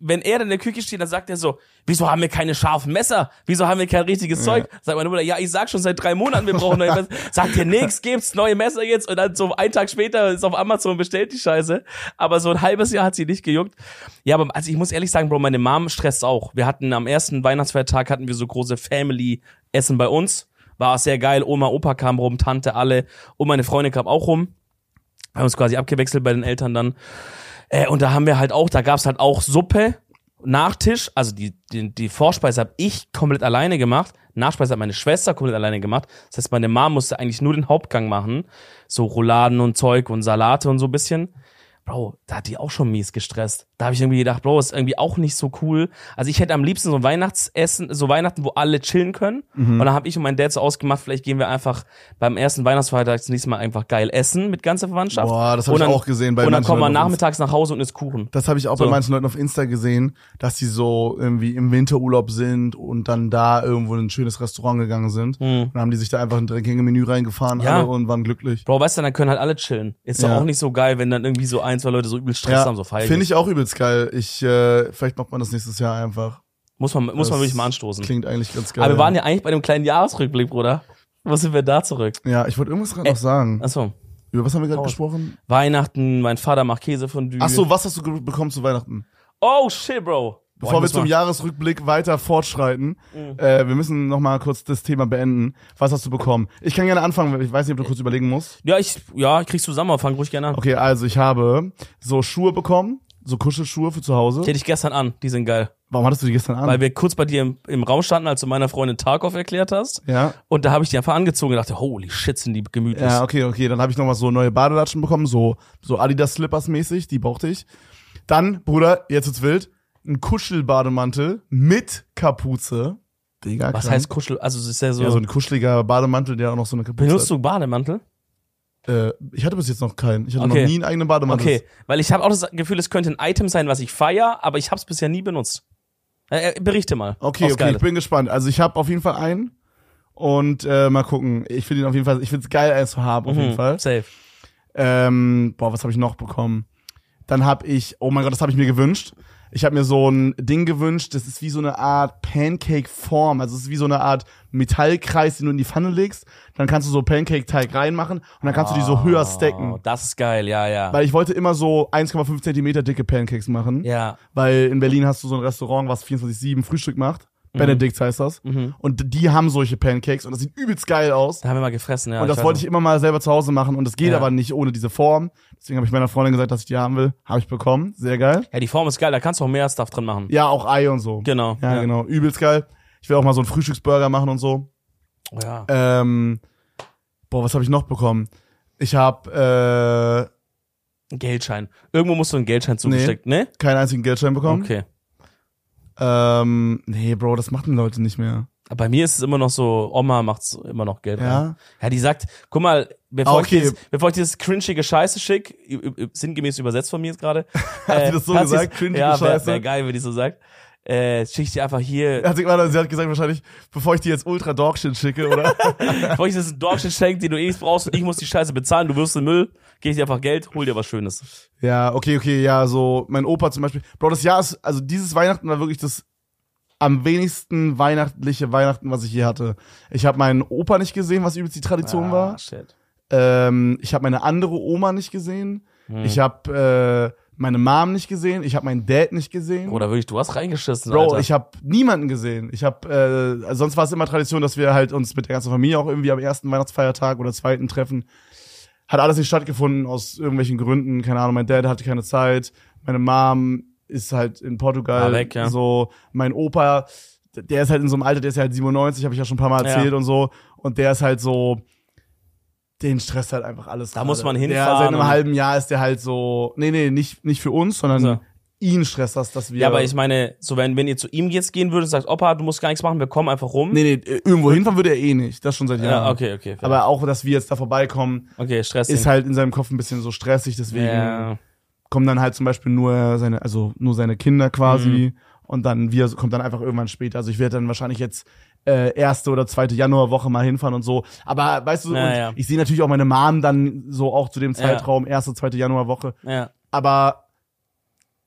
wenn er dann in der Küche steht, dann sagt er so, wieso haben wir keine scharfen Messer? Wieso haben wir kein richtiges ja. Zeug? Sagt meine Mutter, ja, ich sag schon seit drei Monaten, wir brauchen neue Messer. Sagt ihr nix, gibt's neue Messer jetzt? Und dann so einen Tag später ist auf Amazon bestellt die Scheiße. Aber so ein halbes Jahr hat sie nicht gejuckt. Ja, aber also ich muss ehrlich sagen, Bro, meine Mom stresst auch. Wir hatten am ersten Weihnachtsfeiertag hatten wir so große Family-Essen bei uns. War sehr geil. Oma, Opa kamen rum, Tante, alle. Und meine Freundin kam auch rum. Wir haben uns quasi abgewechselt bei den Eltern dann. Äh, und da haben wir halt auch, da gab's halt auch Suppe, Nachtisch. Also die, die, die Vorspeise habe ich komplett alleine gemacht. Nachspeise hat meine Schwester komplett alleine gemacht. Das heißt, meine Mom musste eigentlich nur den Hauptgang machen. So Rouladen und Zeug und Salate und so ein bisschen. Bro, da hat die auch schon mies gestresst. Da habe ich irgendwie gedacht, Bro, ist irgendwie auch nicht so cool. Also ich hätte am liebsten so ein Weihnachtsessen, so Weihnachten, wo alle chillen können. Mhm. Und dann habe ich und mein Dad so ausgemacht, vielleicht gehen wir einfach beim ersten Weihnachtsfeiertag das nächste Mal einfach geil essen mit ganzer Verwandtschaft. Boah, das habe ich auch gesehen bei Und dann manchen kommt man Leuten auf nachmittags nach Hause und isst Kuchen. Das habe ich auch So. bei manchen Leuten auf Insta gesehen, dass die so irgendwie im Winterurlaub sind und dann da irgendwo in ein schönes Restaurant gegangen sind. Mhm. Und dann haben die sich da einfach ein Drei-Gänge-Menü reingefahren Ja. alle und waren glücklich. Bro, weißt du, dann können halt alle chillen. Ist doch Ja. auch nicht so geil, wenn dann irgendwie so ein, zwei Leute so übel Stress haben, so feierlich. Finde ich auch übelst geil. Ich, äh, vielleicht macht man das nächstes Jahr einfach. Muss man, muss Das man wirklich mal anstoßen. Klingt eigentlich ganz geil. Aber wir waren ja eigentlich bei dem kleinen Jahresrückblick, Bruder. Wo sind wir da zurück? Ja, ich wollte irgendwas gerade noch sagen. Achso. Über was haben wir gerade Oh. gesprochen? Weihnachten, mein Vater macht Käsefondue. Ach so, was hast du ge- bekommen zu Weihnachten? Oh, shit, Bro. Bevor Boah, wir ich zum muss Jahresrückblick weiter fortschreiten, Mhm. äh, wir müssen noch mal kurz das Thema beenden. Was hast du bekommen? Ich kann gerne anfangen, ich weiß nicht, ob du kurz überlegen musst. mal- Ja, ich, ja, kriegst du zusammen, fang ruhig gerne an. Okay, also ich habe so Schuhe bekommen, so Kuschelschuhe für zu Hause. Die hatte ich gestern an, die sind geil. Warum hattest du die gestern an? Weil wir kurz bei dir im, im Raum standen, als du meiner Freundin Tarkov erklärt hast. ja, Und da habe ich die einfach angezogen und dachte, holy shit, sind die gemütlich. ja, okay, okay. Dann habe ich noch mal so neue Badelatschen bekommen, so so Adidas Slippers mäßig, die brauchte ich. Dann, Bruder, jetzt wird's wild, ein Kuschelbademantel mit Kapuze. Digga, Was krank. heißt Kuschel? Also es ist ja so. Ja, so ein kuscheliger Bademantel, der auch noch so eine Kapuze benutzt du Bademantel? hat. Äh, ich hatte bis jetzt noch keinen. Ich hatte Okay. noch nie einen eigenen Bademantel. Okay, weil ich habe auch das Gefühl, es könnte ein Item sein, was ich feier, aber ich habe es bisher nie benutzt. Äh, äh, berichte mal. Okay, Aufs okay, Geile. ich bin gespannt. Also ich habe auf jeden Fall einen und äh, mal gucken. Ich finde ihn auf jeden Fall, ich finde es geil, einen zu haben, auf Mhm, jeden Fall. Safe. Ähm, boah, was habe ich noch bekommen? Dann habe ich, oh mein Gott, das habe ich mir gewünscht. Ich habe mir so ein Ding gewünscht, das ist wie so eine Art Pancake-Form. Also es ist wie so eine Art Metallkreis, den du in die Pfanne legst. Dann kannst du so Pancake-Teig reinmachen und dann kannst du die so höher Oh, stacken. das ist geil, ja, ja. Weil ich wollte immer so eins Komma fünf Zentimeter dicke Pancakes machen. ja. Weil in Berlin hast du so ein Restaurant, was vierundzwanzig sieben Frühstück macht. Benedikt heißt das. Mhm. Und die haben solche Pancakes und das sieht übelst geil aus. Da haben wir mal gefressen, ja. und das weiß wollte noch. ich immer mal selber zu Hause machen und das geht Ja. aber nicht ohne diese Form. Deswegen habe ich meiner Freundin gesagt, dass ich die haben will. Habe ich bekommen. Sehr geil. Ja, die Form ist geil, da kannst du auch mehr Stuff drin machen. Ja, auch Ei und so. Genau. Ja, genau. Übelst geil. Ich will auch mal so einen Frühstücksburger machen und so. Oh, ja. Ähm, boah, was habe ich noch bekommen? Ich habe äh, Ein Geldschein. Irgendwo musst du einen Geldschein zugesteckt, ne? keinen einzigen Geldschein bekommen. Okay. Ähm, nee, Bro, das machen Leute nicht mehr. Aber bei mir ist es immer noch so, Oma macht immer noch Geld. Ja? rein. Ja, die sagt, guck mal, bevor, Ah, ich, okay. dieses, bevor ich dieses cringige Scheiße schick, ü- ü- sinngemäß übersetzt von mir jetzt gerade. Hat sie das so hat gesagt? sie's- Cringige Ja, wäre Scheiße? wär geil, wenn die so sagt. Äh, schick ich dir einfach hier, Hat sie, warte, sie hat gesagt wahrscheinlich, bevor ich dir jetzt Ultra Dog Shit schicke, oder? bevor ich das Dorfchen schenke, den du eh nicht brauchst und ich muss die Scheiße bezahlen, du wirfst den Müll, geh ich dir einfach Geld, hol dir was Schönes. Ja, okay, okay, ja, so, mein Opa zum Beispiel. Bro, das Jahr ist, also dieses Weihnachten war wirklich das am wenigsten weihnachtliche Weihnachten, was ich je hatte. Ich habe meinen Opa nicht gesehen, was übelst die Tradition Ah, war. shit. Ähm, ich habe meine andere Oma nicht gesehen. Hm. Ich habe äh, meine Mom nicht gesehen. Ich habe meinen Dad nicht gesehen. Oder wirklich, du hast reingeschissen, Bro, Alter. ich habe niemanden gesehen. Ich habe, äh, sonst war es immer Tradition, dass wir halt uns mit der ganzen Familie auch irgendwie am ersten Weihnachtsfeiertag oder zweiten treffen. Hat alles nicht stattgefunden aus irgendwelchen Gründen. Keine Ahnung, mein Dad hatte keine Zeit. Meine Mom ist halt in Portugal. Ah, weg, ja. So, mein Opa, der ist halt in so einem Alter, der ist halt siebenundneunzig, habe ich ja schon ein paar Mal erzählt Ja. und so. Und der ist halt so, den stresst halt einfach alles. Da gerade. muss man Der, hinfahren seit einem und- halben Jahr ist der halt so, nee, nee, nicht, nicht für uns, sondern So. ihn stresst das, dass wir. Ja, aber ich meine, so wenn, wenn ihr zu ihm jetzt gehen würdet und sagt, Opa, du musst gar nichts machen, wir kommen einfach rum. Nee, nee, irgendwo hinfahren würde er eh nicht. Das schon seit Jahren. Ja, okay, okay. fair. Aber auch, dass wir jetzt da vorbeikommen, okay, stressig. ist halt in seinem Kopf ein bisschen so stressig, deswegen Ja. kommen dann halt zum Beispiel nur seine, also nur seine Kinder quasi Mhm. und dann wir kommt dann einfach irgendwann später. Also ich werde dann wahrscheinlich jetzt äh, erste oder zweite Januarwoche mal hinfahren und so. Aber weißt du, Ja, und ja. ich sehe natürlich auch meine Mom dann so auch zu dem Zeitraum, erste, zweite Januarwoche. Ja. Aber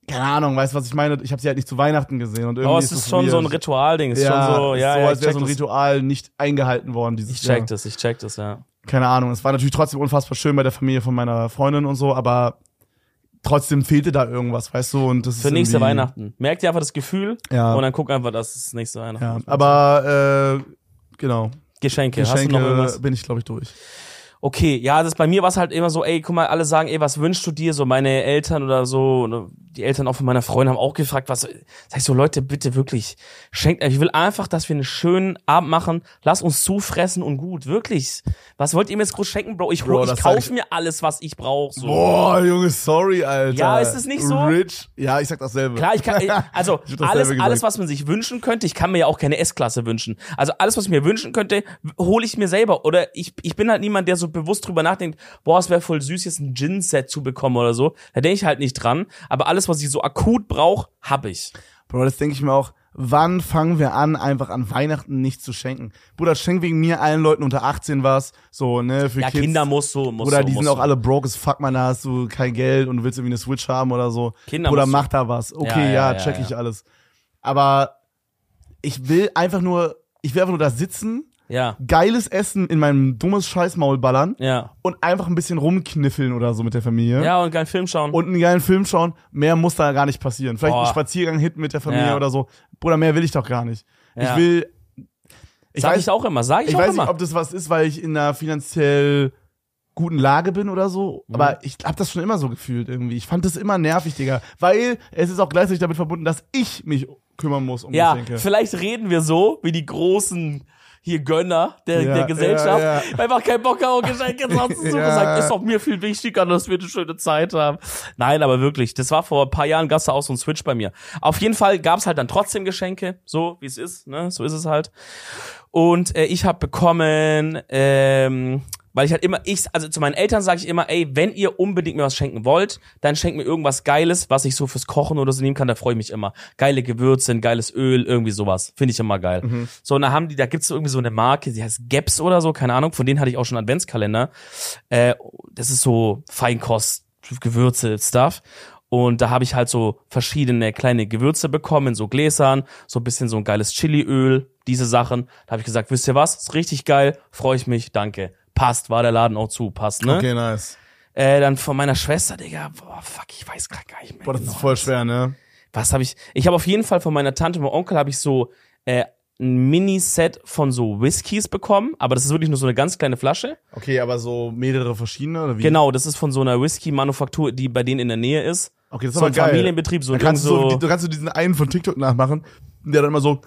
keine Ahnung, weißt du, was ich meine? Ich habe sie halt nicht zu Weihnachten gesehen. Und irgendwie Oh, es ist, ist schon weird. so ein Ritualding. Es ist ja, schon so, ja, so ja, als ich wäre check so ein das. Ritual nicht eingehalten worden dieses Ich check Jahr. das, ich check das, ja. Keine Ahnung, es war natürlich trotzdem unfassbar schön bei der Familie von meiner Freundin und so, aber trotzdem fehlte da irgendwas, weißt du? Und das Für ist nächste irgendwie- Weihnachten. Merkt ihr einfach das Gefühl Ja. und dann guck einfach, dass es nächste Weihnachten Ja, ist. aber äh, genau. Geschenke. Hast du Geschenke noch irgendwas? bin ich, glaube ich, durch. Okay, ja, das bei mir war es halt immer so, ey, guck mal, alle sagen, ey, was wünschst du dir? So meine Eltern oder so, oder die Eltern auch von meiner Freundin haben auch gefragt, was, sag ich so, Leute, bitte wirklich, schenkt, ich will einfach, dass wir einen schönen Abend machen, lass uns zufressen und gut, wirklich. Was wollt ihr mir jetzt groß schenken, Bro? Ich, Bro, hol, das ich sag kauf ich- mir alles, was ich brauche. So. Boah, Junge, sorry, Alter. Ja, ist es nicht so? Rich. Ja, ich sag dasselbe. Klar, ich kann, also Ich hab dasselbe alles, gesagt. alles, was man sich wünschen könnte, ich kann mir ja auch keine S-Klasse wünschen. Also alles, was ich mir wünschen könnte, hole ich mir selber. Oder ich, ich bin halt niemand, der so bewusst drüber nachdenkt, boah, es wäre voll süß, jetzt ein Gin-Set zu bekommen oder so. Da denke ich halt nicht dran. Aber alles, was ich so akut brauche, habe ich. Bro, das denke ich mir auch. Wann fangen wir an, einfach an Weihnachten nichts zu schenken? Bruder, schenk wegen mir allen Leuten unter achtzehn was. So, ne, für Ja, Kids. Kinder musst du, musst Oder du, die musst sind auch du. alle broke as fuck, man, da hast du kein Geld und willst irgendwie eine Switch haben oder so. Kinder Oder musst du. mach da was. Okay, Ja, ja, ja, ja, check ich ja. alles. Aber ich will einfach nur, ich will einfach nur da sitzen, Ja, geiles Essen in meinem dummes Scheißmaul ballern ja. und einfach ein bisschen rumkniffeln oder so mit der Familie. Ja, und geilen Film schauen. Und einen geilen Film schauen. Mehr muss da gar nicht passieren. Vielleicht Boah. einen Spaziergang hinten mit der Familie Ja. oder so. Bruder, mehr will ich doch gar nicht. Ja. Ich will, ich sag weiß, ich auch immer, sag ich, ich auch weiß immer. nicht, ob das was ist, weil ich in einer finanziell guten Lage bin oder so, Mhm. aber ich habe das schon immer so gefühlt irgendwie. Ich fand das immer nervig, Digga, weil es ist auch gleichzeitig damit verbunden, dass ich mich kümmern muss um Ja, Geschenke. vielleicht reden wir so wie die großen hier Gönner der, Ja, der Gesellschaft, ja, weil wir einfach keinen Bock haben, Geschenke sonst so Ja. gesagt, ist doch mir viel wichtiger, dass wir eine schöne Zeit haben. Nein, aber wirklich, das war vor ein paar Jahren, gab's da auch so einen Switch bei mir. Auf jeden Fall gab's halt dann trotzdem Geschenke, so wie es ist, ne, so ist es halt. Und äh, ich habe bekommen, ähm, weil ich halt immer, ich, also zu meinen Eltern sage ich immer, ey, wenn ihr unbedingt mir was schenken wollt, dann schenkt mir irgendwas Geiles, was ich so fürs Kochen oder so nehmen kann, da freue ich mich immer. Geile Gewürze, ein geiles Öl, irgendwie sowas. Finde ich immer geil. Mhm. So, und da haben die, da gibt's so irgendwie so eine Marke, die heißt Gaps oder so, keine Ahnung, von denen hatte ich auch schon einen Adventskalender. Äh, das ist so Feinkost, Gewürze, Stuff. Und da habe ich halt so verschiedene kleine Gewürze bekommen, in so Gläsern, so ein bisschen so ein geiles Chiliöl, diese Sachen. Da habe ich gesagt, wisst ihr was, ist richtig geil, freue ich mich, danke. Passt, war der Laden auch zu, passt, ne? Okay, nice. Äh, dann von meiner Schwester, Digga, boah, fuck, ich weiß grad gar nicht mehr. Boah, das genau. ist voll schwer, ne? Was habe ich? Ich habe auf jeden Fall von meiner Tante und meinem Onkel habe ich so äh, ein Mini-Set von so Whiskys bekommen, aber das ist wirklich nur so eine ganz kleine Flasche. Okay, aber so mehrere verschiedene oder wie? Genau, das ist von so einer Whisky-Manufaktur, die bei denen in der Nähe ist. Okay, das ist So aber ein geil. Familienbetrieb, so Dann kannst du, irgend so, so du kannst du diesen einen von TikTok nachmachen, der dann immer so.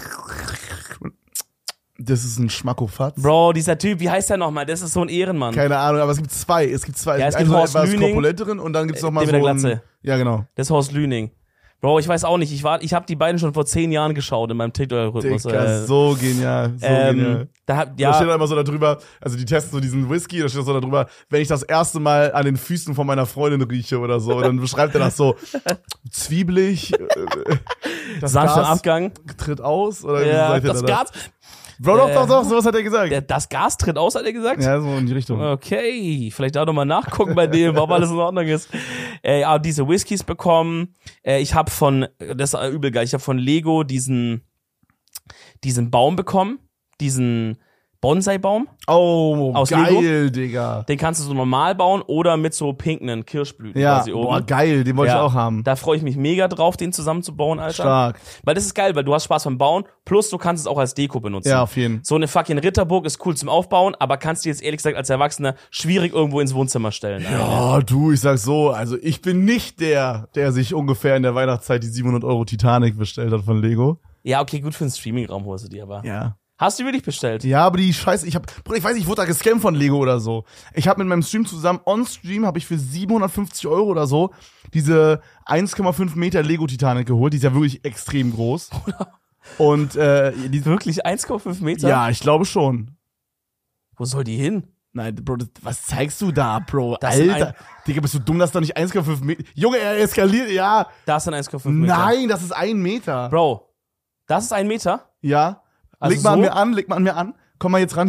Das ist ein Schmackofatz. Bro, dieser Typ, wie heißt der nochmal? Das ist so ein Ehrenmann. Keine Ahnung, aber es gibt zwei. Es gibt zwei. Ja, es einen gibt so Horst etwas Lüning, korpulenteren und dann gibt's noch mal den so mit der einen, Glatze. Ja, genau. Das ist Horst Lüning. Bro, ich weiß auch nicht, ich war, ich habe die beiden schon vor zehn Jahren geschaut in meinem TikTok-Rhythmus. Digga, Äh, so genial. So genial. ähm, da hab, Ja. Da steht ja, dann immer so da drüber, also die testen so diesen Whisky, da steht so da drüber, wenn ich das erste Mal an den Füßen von meiner Freundin rieche oder so, dann beschreibt er das so zwiebelig, äh, das sanfter Gas Abgang. tritt aus, oder wie Ja, sagt er das da? Gas, Bro, doch, äh, doch, doch, sowas hat er gesagt. der, das Gas tritt aus, hat er gesagt? Ja, so in die Richtung. Okay, vielleicht da nochmal nachgucken bei dem, ob alles in Ordnung ist. Äh, aber diese Whiskys bekommen. Äh, ich habe von, das ist übel geil, ich habe von Lego diesen, diesen Baum bekommen, diesen Bonsai-Baum. Oh, Aus geil, Digga. Den kannst du so normal bauen oder mit so pinken Kirschblüten Ja, quasi oben. boah, geil, den wollte Ja, ich auch haben. Da freue ich mich mega drauf, den zusammenzubauen, Alter. Stark. Weil das ist geil, weil du hast Spaß beim Bauen, plus du kannst es auch als Deko benutzen. Ja, auf jeden Fall. So eine fucking Ritterburg ist cool zum Aufbauen, aber kannst du jetzt ehrlich gesagt als Erwachsener schwierig irgendwo ins Wohnzimmer stellen. Alter. Ja, du, ich sag so, also ich bin nicht der, der sich ungefähr in der Weihnachtszeit die siebenhundert Euro Titanic bestellt hat von Lego. Ja, okay, gut für den Streaming-Raum holst du die aber. Ja. Hast du wirklich bestellt? Ja, aber die Scheiße, ich hab, Bruder, ich weiß nicht, ich wurde da gescammt von Lego oder so. Ich habe mit meinem Stream zusammen, on-Stream, habe ich für siebenhundertfünfzig Euro oder so diese eins Komma fünf Meter Lego Titanic geholt. Die ist ja wirklich extrem groß. Und, äh, die, Wirklich eins Komma fünf Meter? ja, ich glaube schon. Wo soll die hin? Nein, Bro, das, was zeigst du da, Bro? Das sind Alter, ein- Digga, bist du dumm, dass da nicht eins Komma fünf Meter... Junge, er eskaliert, ja. Das sind eins Komma fünf Meter. Nein, das ist ein Meter. Bro, das ist ein Meter? Ja. Also leg mal an so? mir an, leg mal an mir an. Komm mal jetzt ran hier.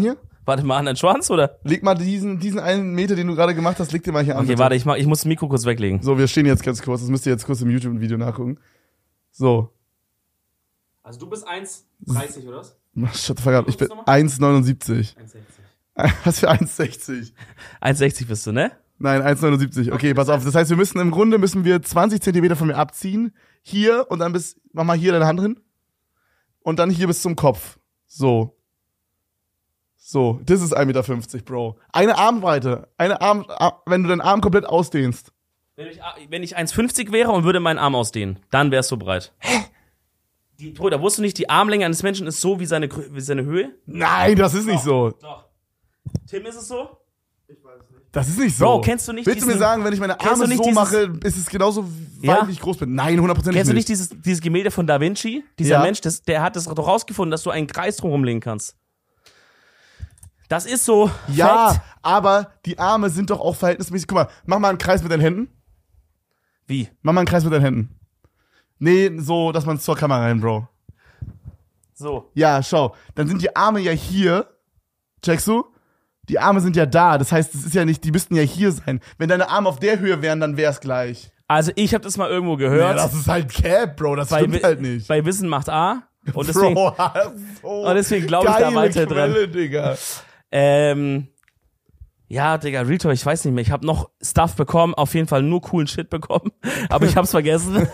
Warte mal an deinen Schwanz, oder? Leg mal diesen, diesen einen Meter, den du gerade gemacht hast, leg dir mal hier an. Okay, bitte. warte, ich, mach, ich muss das Mikro kurz weglegen. So, wir stehen jetzt ganz kurz. Das müsst ihr jetzt kurz im YouTube-Video nachgucken. So. Also du bist eins dreißig, oder was? Shut the fuck up. Ich bin eins neunundsiebzig. eins sechzig. Was für eins sechzig? eins sechzig bist du, ne? Nein, eins neunundsiebzig. Okay, pass auf. Das heißt, wir müssen im Grunde müssen wir zwanzig Zentimeter von mir abziehen. Hier und dann bis, mach mal hier deine Hand hin. Und dann hier bis zum Kopf. So. So, das ist ein Meter fünfzig, Bro. Eine Armbreite. Eine Arm, wenn du deinen Arm komplett ausdehnst. Wenn ich, wenn ich eins fünfzig wäre und würde meinen Arm ausdehnen, dann wär's so breit. Hä? Die, Bruder, wusstest du nicht, die Armlänge eines Menschen ist so wie seine, wie seine Höhe? Nein, das ist nicht so. Doch. Tim, ist es so? Ich weiß nicht. Das ist nicht so. Bro, kennst du nicht Willst diesen, du mir sagen, wenn ich meine Arme so dieses, mache, ist es genauso weit, ja? wie ich groß bin? Nein, hundertprozentig Kennst du nicht. nicht dieses, dieses Gemälde von Da Vinci? Dieser Ja. Mensch, das, der hat es doch rausgefunden, dass du einen Kreis drumherum legen kannst. Das ist so. Ja, Fact. aber die Arme sind doch auch verhältnismäßig. Guck mal, mach mal einen Kreis mit deinen Händen. Wie? Mach mal einen Kreis mit deinen Händen. Nee, so, dass man zur Kamera rein, Bro. So. Ja, schau. Dann sind die Arme ja hier. Checkst du? Die Arme sind ja da. Das heißt, es ist ja nicht, die müssten ja hier sein. Wenn deine Arme auf der Höhe wären, dann wär's gleich. Also ich habe das mal irgendwo gehört. Ja, das ist halt Cap, Bro. Das bei, stimmt halt nicht. bei Wissen macht A. Und deswegen, Bro, so und deswegen glaube ich da geile weiter dran. Quelle, Digga. Ähm, ja, Digga, Real Talk, ich weiß nicht mehr. Ich habe noch Stuff bekommen, auf jeden Fall nur coolen Shit bekommen, aber ich hab's vergessen.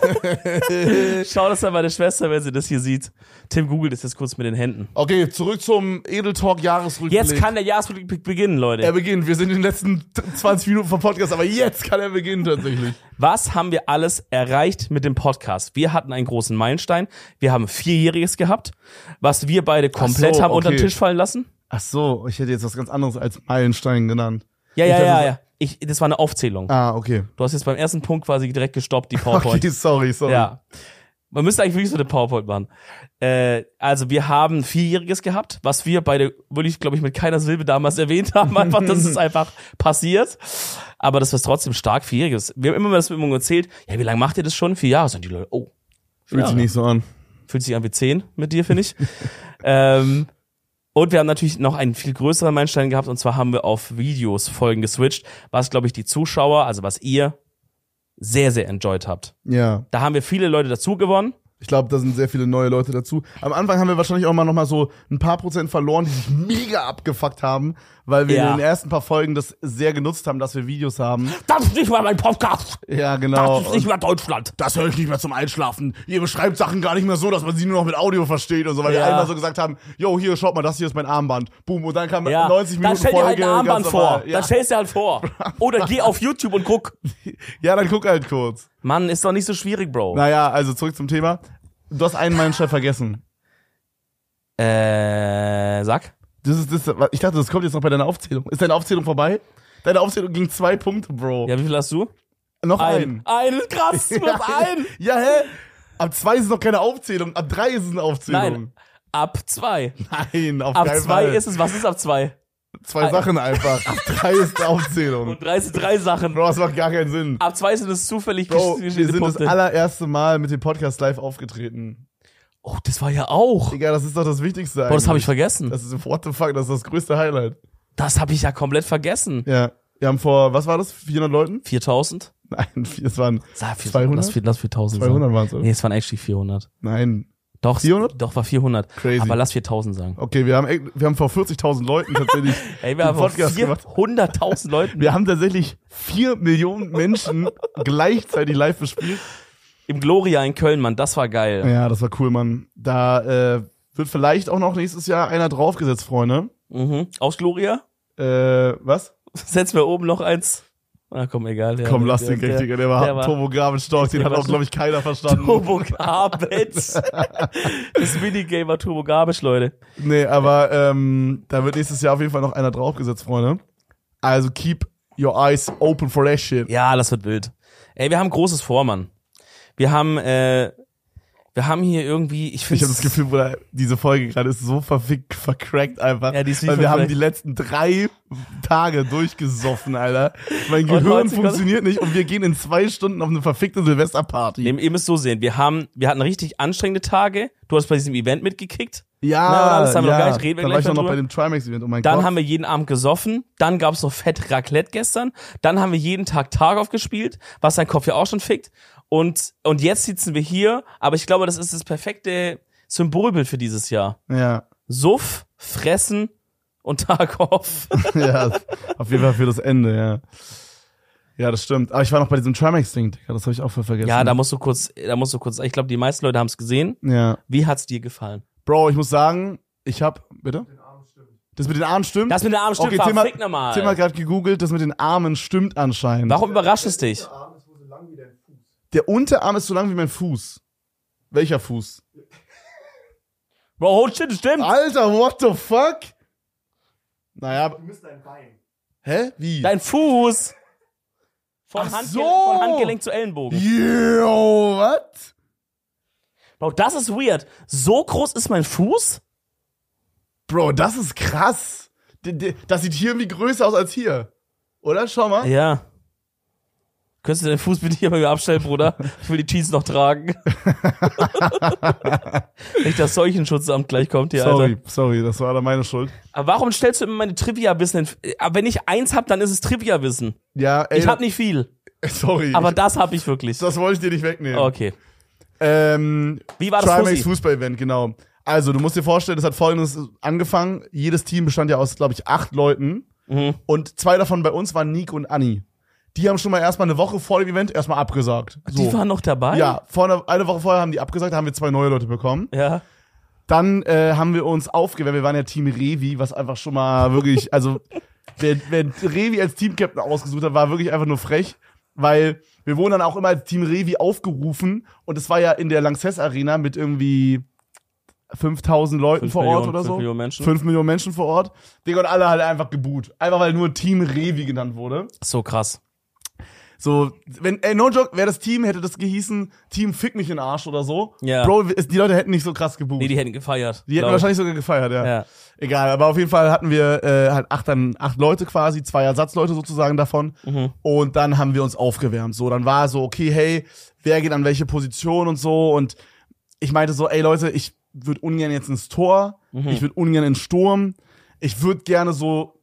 Schau das an meine Schwester, wenn sie das hier sieht. Tim googelt es jetzt kurz mit den Händen. Okay, zurück zum Edeltalk-Jahresrückblick. Jetzt kann der Jahresrückblick beginnen, Leute. er beginnt. Wir sind in den letzten zwanzig Minuten vom Podcast, aber jetzt kann er beginnen tatsächlich. Was haben wir alles erreicht mit dem Podcast? Wir hatten einen großen Meilenstein. Wir haben Vierjähriges gehabt, was wir beide komplett so, haben unter den okay. Tisch fallen lassen. Ach so, ich hätte jetzt was ganz anderes als Meilenstein genannt. Ja, Ich ja, dachte, ja, das- ja. Ich, das war eine Aufzählung. Ah, okay. Du hast jetzt beim ersten Punkt quasi direkt gestoppt, die PowerPoint. Okay, sorry, sorry. Ja. Man müsste eigentlich wirklich so eine PowerPoint machen. Äh, also wir haben Vierjähriges gehabt, was wir beide wirklich, glaube ich, mit keiner Silbe damals erwähnt haben. Einfach, dass es einfach passiert. Aber das war trotzdem stark, Vierjähriges. Wir haben immer mal das mit immer erzählt, ja, wie lange macht ihr das schon? Vier Jahre. Sind die Leute, oh. Fühlt Ja. sich nicht so an. Fühlt sich an wie zehn mit dir, finde ich. ähm, und wir haben natürlich noch einen viel größeren Meilenstein gehabt, und zwar haben wir auf Videos Folgen geswitcht, was, glaube ich, die Zuschauer, also was ihr sehr, sehr enjoyed habt. Ja. Da haben wir viele Leute dazu gewonnen. Ich glaube, da sind sehr viele neue Leute dazu. Am Anfang haben wir wahrscheinlich auch mal noch mal so ein paar Prozent verloren, die sich mega abgefuckt haben, weil wir Ja. in den ersten paar Folgen das sehr genutzt haben, dass wir Videos haben. Das ist nicht mal mein Podcast. Ja, genau. Das ist nicht mehr Deutschland. Das höre ich nicht mehr zum Einschlafen. Ihr beschreibt Sachen gar nicht mehr so, dass man sie nur noch mit Audio versteht und so, weil wir Ja. einmal so gesagt haben, yo, hier, schaut mal, das hier ist mein Armband. Boom, und dann kam Ja, neunzig dann Minuten stell dir Folge. halt ein Armband ganz vor. normal. Ja. Dann stellst du halt vor. Oder geh auf YouTube und guck. ja, dann guck halt kurz. Mann, ist doch nicht so schwierig, Bro. Naja, also zurück zum Thema. Du hast einen Meilenstein vergessen. Äh, sag. Das ist, das, ich dachte, das kommt jetzt noch bei deiner Aufzählung. Ist deine Aufzählung vorbei? Deine Aufzählung ging zwei Punkte, Bro. Ja, wie viel hast du? Noch einen. Ein. Ein, krass, mit ein. Ja, hä? Ab zwei ist es noch keine Aufzählung. Ab drei ist es eine Aufzählung. Nein, ab zwei. Nein, auf Ab keinen zwei Fall. ist es, was ist ab zwei? Zwei Sachen einfach. Ab drei ist eine Aufzählung. Und drei sind drei Sachen. Bro, das macht gar keinen Sinn. Ab zwei sind es zufällig Bro, wir gestellte sind Punkte. das allererste Mal mit dem Podcast live aufgetreten. Oh, das war ja auch. Digga, das ist doch das Wichtigste. Boah, das habe eigentlich. ich vergessen. Das ist, what the fuck, das ist das größte Highlight. Das habe ich ja komplett vergessen. Ja. Wir haben vor, was war das? vierhundert Leuten? viertausend? Nein, es waren Sag, vier, zweihundert? Lass, vier- lass viertausend zweihundert sagen. waren es, oder? Nee, es waren actually vierhundert. Nein. Doch, vierhundert? Doch, war vierhundert. Crazy. Aber lass viertausend sagen. Okay, wir haben, echt- wir haben vor vierzigtausend Leuten tatsächlich Ey, wir den haben vor Podcast gemacht. vierhunderttausend Leuten Wir haben tatsächlich vier Millionen Menschen gleichzeitig live bespielt. im Gloria in Köln, Mann. Das war geil. Ja, das war cool, Mann. Da äh, wird vielleicht auch noch nächstes Jahr einer draufgesetzt, Freunde. Mhm. Aus Gloria? Äh, was? Setzen wir oben noch eins. Ah, komm, egal. Der, Komm, lass der, den Gag, Digga. Der war, der war Turbo Gabelstork, den der hat war auch, glaube ich, keiner verstanden. Turbo Garbage. Das Minigame war Turbo Garbage, Leute. Nee, aber ähm, da wird nächstes Jahr auf jeden Fall noch einer draufgesetzt, Freunde. Also keep your eyes open for that shit. Ja, das wird wild. Ey, wir haben Großes vor, Mann. Wir haben, äh, Wir haben hier irgendwie, ich finde Ich habe das Gefühl, Bruder, diese Folge gerade ist so verfickt, vercrackt einfach. Ja, die ist wie weil wir vercrackt. haben die letzten drei Tage durchgesoffen, Alter. Mein Und Gehirn heute- funktioniert nicht und wir gehen in zwei Stunden auf eine verfickte Silvesterparty. Nee, ihr müsst so sehen, wir haben, wir hatten richtig anstrengende Tage. Du hast bei diesem Event mitgekickt. Ja, Na, und alles haben wir ja. noch gar nicht, reden wir Dann gleich war ich auch noch drüber. bei dem Trimax-Event, oh mein Dann Gott. haben wir jeden Abend gesoffen. Dann gab's noch fett Raclette gestern. Dann haben wir jeden Tag Tarkov gespielt, was dein Kopf ja auch schon fickt. Und, und jetzt sitzen wir hier. Aber ich glaube, das ist das perfekte Symbolbild für dieses Jahr. Ja, Suff, Fressen und Tarkov. ja, auf jeden Fall für das Ende, ja. Ja, das stimmt. Aber ich war noch bei diesem Trimax-Ding, Digga, das habe ich auch voll vergessen. Ja, da musst du kurz, da musst du kurz, ich glaube, die meisten Leute haben es gesehen. Ja. Wie hat's dir gefallen? Bro, ich muss sagen, ich hab, bitte? Das mit den Armen stimmt? Das mit den Armen stimmt, okay, war Tim hat, fick nochmal. Tim hat gerade gegoogelt, das mit den Armen stimmt anscheinend. Warum überrascht es dich? Der Unterarm ist so lang wie mein Fuß. Welcher Fuß? Bro, oh shit, stimmt. Alter, what the fuck? Naja. Du misst dein Bein. Hä? Wie? Dein Fuß. Von, Ach Handge so. von Handgelenk zu Ellenbogen. Yo, what? Bro, das ist weird. So groß ist mein Fuß? Bro, das ist krass. D- d- Das sieht hier irgendwie größer aus als hier. Oder? Schau mal. Ja. Könntest du deinen Fuß bitte hier mal abstellen, Bruder? Ich will die Jeans noch tragen. Nicht, dass Seuchensschutzamt gleich kommt hier, Sorry, Alter. sorry, das war da meine Schuld. Aber warum stellst du immer meine Trivia-Wissen? in- Aber wenn ich eins hab, dann ist es Trivia-Wissen. Ja, ey. Ich hab nicht viel. Sorry. Aber das hab ich wirklich. das wollte ich dir nicht wegnehmen. Okay. Ähm, Wie war das Trimax Fussi? Fußball-Event, genau. Also, du musst dir vorstellen, das hat folgendes angefangen. Jedes Team bestand ja aus, glaube ich, acht Leuten. Mhm. Und zwei davon bei uns waren Nick und Anni. Die haben schon mal erstmal eine Woche vor dem Event erstmal abgesagt. So. Die waren noch dabei? Ja, vor einer, eine Woche vorher haben die abgesagt, da haben wir zwei neue Leute bekommen. Ja. Dann äh, haben wir uns aufgewärmt, wir waren ja Team Revi, was einfach schon mal wirklich, also wer, wer Revi als Teamcaptain ausgesucht hat, war wirklich einfach nur frech, weil wir wurden dann auch immer als Team Revi aufgerufen und es war ja in der Lanxess Arena mit irgendwie fünftausend Leuten Fünf vor Millionen, Ort oder fünf so. Millionen Menschen. Fünf Millionen Menschen vor Ort. Digga, und alle halt einfach geboot. Einfach weil nur Team Revi genannt wurde. So krass. So, wenn, ey, no joke, wäre das Team, hätte das gehießen, Team Fick mich in den Arsch oder so. Ja. Bro, es- die Leute hätten nicht so krass geboot. Nee, die hätten gefeiert. Die hätten glaub ich. wahrscheinlich sogar gefeiert, ja. Ja. Egal, aber auf jeden Fall hatten wir äh, halt acht, dann, acht Leute quasi, zwei Ersatzleute sozusagen davon. Mhm. Und dann haben wir uns aufgewärmt. So, dann war so, okay, hey, wer geht an welche Position und so. Und ich meinte so, ey Leute, ich würde ungern jetzt ins Tor, Mhm. ich würde ungern in Sturm. Ich würde gerne so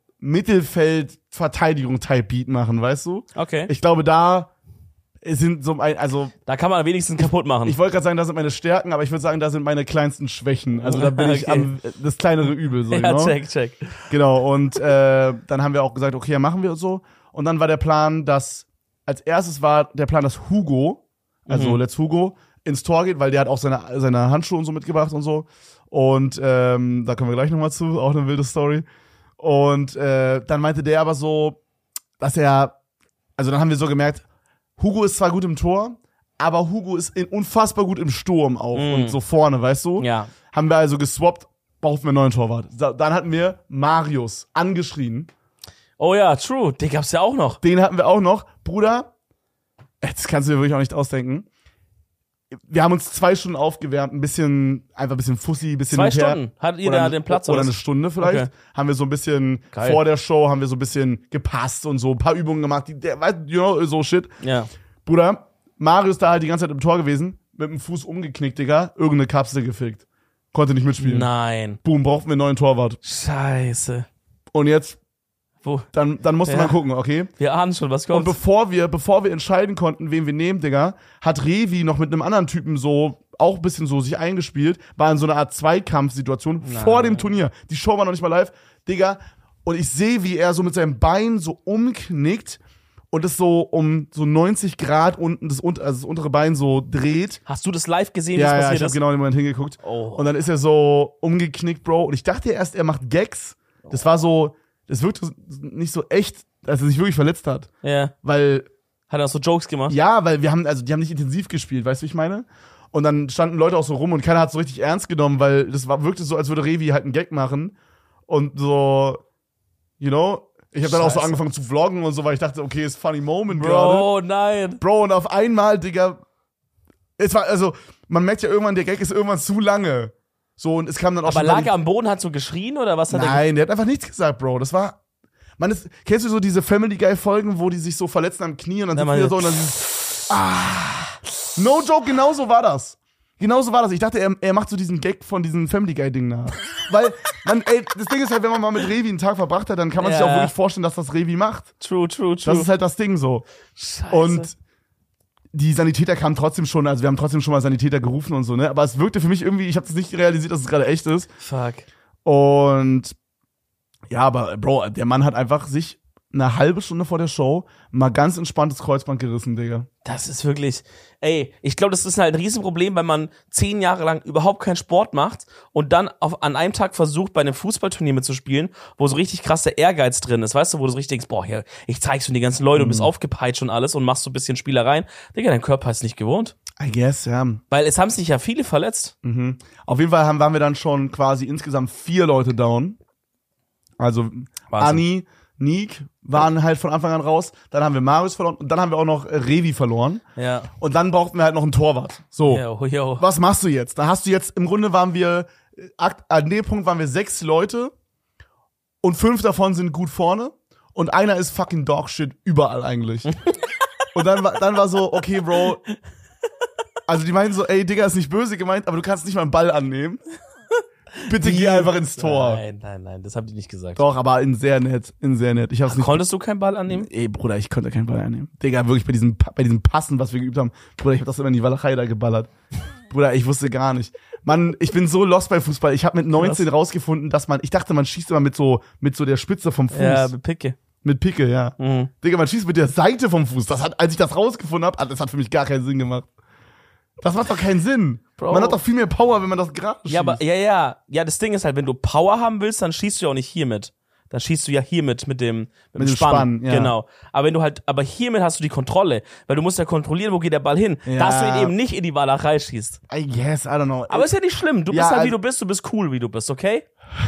Mittelfeld-Verteidigung-Type-Beat machen, weißt du? Okay. Ich glaube, da sind so ein, also Da kann man wenigstens kaputt machen. ich wollte gerade sagen, das sind meine Stärken, aber ich würde sagen, da sind meine kleinsten Schwächen. Also da bin ich Okay. am das kleinere Übel, so, ja, you know? check, check. Genau, und äh, dann haben wir auch gesagt, okay, ja, machen wir so. Und dann war der Plan, dass als erstes war der Plan, dass Hugo, also Mhm. Let's Hugo, ins Tor geht, weil der hat auch seine, seine Handschuhe und so mitgebracht und so. Und ähm, da kommen wir gleich nochmal zu, auch eine wilde Story. Und äh, dann meinte der aber so, dass er, also dann haben wir so gemerkt, Hugo ist zwar gut im Tor, aber Hugo ist in, unfassbar gut im Sturm auch Mm. und so vorne, weißt du? Ja. Haben wir also geswappt, brauchten wir einen neuen Torwart. Da- Dann hatten wir Marius angeschrien. Oh ja, true. Den gab's ja auch noch. Den hatten wir auch noch. Bruder, das kannst du dir wirklich auch nicht ausdenken. Wir haben uns zwei Stunden aufgewärmt, ein bisschen, einfach ein bisschen Fussi, ein bisschen Zwei hin und her. Stunden. Hattet ihr Oder da eine- den Platz? Oder oder eine was? Stunde vielleicht. Okay. Haben wir so ein bisschen Geil. vor der Show, haben wir so ein bisschen gepasst und so ein paar Übungen gemacht, die, der, weißt du, you know, so shit. Ja. Bruder, Marius da halt die ganze Zeit im Tor gewesen, mit dem Fuß umgeknickt, Digga, irgendeine Kapsel gefickt. Konnte nicht mitspielen. Nein. Boom, brauchten wir einen neuen Torwart. Scheiße. Und jetzt, Wo? dann, dann musste Ja. man gucken, okay? Wir ahnen schon, was Und kommt. bevor wir, bevor wir entscheiden konnten, wen wir nehmen, Digga, hat Revi noch mit einem anderen Typen so, auch ein bisschen so sich eingespielt, war in so einer Art Zweikampfsituation vor dem Turnier. Die Show war noch nicht mal live, Digga. Und ich sehe, wie er so mit seinem Bein so umknickt und es so um so neunzig Grad unten, das, unter, also das untere Bein so dreht. Hast du das live gesehen, wie Ja, es ja, ich passiert hab ist? genau in dem Moment hingeguckt. Oh. Und dann ist er so umgeknickt, Bro. Und ich dachte erst, er macht Gags. Das war so, das wirkte nicht so echt, dass er sich wirklich verletzt hat. Ja. Weil, Hat er auch so Jokes gemacht? ja, weil wir haben, also die haben nicht intensiv gespielt, weißt du, wie ich meine? Und dann standen Leute auch so rum und keiner hat es so richtig ernst genommen, weil das war, wirkte so, als würde Revi halt einen Gag machen. Und so, you know, ich habe dann auch so Scheiße. angefangen zu vloggen und so, weil ich dachte, okay, ist funny moment gerade. Bro, nein. Bro, und auf einmal, Digga, Es war, also, man merkt ja irgendwann, der Gag ist irgendwann zu lange. So, und es kam dann auch Aber schon. lag er am Boden, hat so geschrien oder was hat er? Nein, der hat einfach nichts gesagt, Bro. Das war. Man ist, kennst du so diese Family Guy Folgen, wo die sich so verletzen am Knie und dann Ja, sind wieder so und dann ah. No joke, genau so war das. Genau so war das. Ich dachte, er, er macht so diesen Gag von diesem Family Guy Ding nach. Weil, man, ey, das Ding ist halt, wenn man mal mit Revi einen Tag verbracht hat, dann kann man Ja. sich auch wirklich vorstellen, dass das Revi macht. True, true, true. Das ist halt das Ding so. Scheiße. Und die Sanitäter kamen trotzdem schon, also wir haben trotzdem schon mal Sanitäter gerufen und so, ne? Aber es wirkte für mich irgendwie, ich habe das nicht realisiert, dass es gerade echt ist. Fuck. Und ja, aber Bro, der Mann hat einfach sich eine halbe Stunde vor der Show mal ganz entspanntes Kreuzband gerissen, Digga. Das ist wirklich, ey, ich glaube, das ist halt ein Riesenproblem, wenn man zehn Jahre lang überhaupt keinen Sport macht und dann auf, an einem Tag versucht, bei einem Fußballturnier mitzuspielen, wo so richtig krasser Ehrgeiz drin ist, weißt du, wo du so richtig denkst, boah, hier, ich zeig's dir die ganzen Leute, du bist aufgepeitscht und alles und machst so ein bisschen Spielereien. Digga, dein Körper ist nicht gewohnt. I guess, ja. Weil es haben sich ja viele verletzt. Mhm. Auf jeden Fall haben, waren wir dann schon quasi insgesamt vier Leute down. Also Wahnsinn. Anni, Nick waren halt von Anfang an raus. Dann haben wir Marius verloren und dann haben wir auch noch äh, Revi verloren. Ja. Und dann brauchten wir halt noch einen Torwart. So, Yo, yo. was machst du jetzt? Da hast du jetzt, im Grunde waren wir, äh, akt- an dem Punkt waren wir sechs Leute und fünf davon sind gut vorne und einer ist fucking Dogshit überall eigentlich. Und dann war, dann war so, okay, Bro, also die meinten so, ey, Digga, ist nicht böse gemeint, aber du kannst nicht mal einen Ball annehmen. Bitte geh einfach ins Tor. Nein, nein, nein, das haben die nicht gesagt. Doch, aber in sehr nett, in sehr nett. Ich hab's nicht. Konntest du keinen Ball annehmen? Ey, Bruder, ich konnte keinen Ball annehmen. Digga, wirklich bei diesem, bei diesem Passen, was wir geübt haben. Bruder, ich hab das immer in die Walachei da geballert. Bruder, ich wusste gar nicht. Mann, ich bin so lost bei Fußball. Ich habe mit neunzehn Krass. rausgefunden, dass man, ich dachte, man schießt immer mit so, mit so der Spitze vom Fuß. Ja, mit Picke. Mit Picke, ja. Mhm. Digga, man schießt mit der Seite vom Fuß. Das hat, als ich das rausgefunden habe, das hat für mich gar keinen Sinn gemacht. Das macht doch keinen Sinn. Bro. Man hat doch viel mehr Power, wenn man das gerade schießt. Ja, aber, ja, ja. Ja, das Ding ist halt, wenn du Power haben willst, dann schießt du ja auch nicht hiermit. Dann schießt du ja hiermit mit dem, mit, Mit dem dem Spann. Spann, ja. Genau. Aber wenn du halt, aber hiermit hast du die Kontrolle. Weil du musst ja kontrollieren, wo geht der Ball hin. Ja. Dass du ihn eben nicht in die Walachei schießt. I guess, I don't know. Aber ist ja nicht schlimm. Du Ja, bist halt, wie also- du bist. Du bist cool, wie du bist, okay?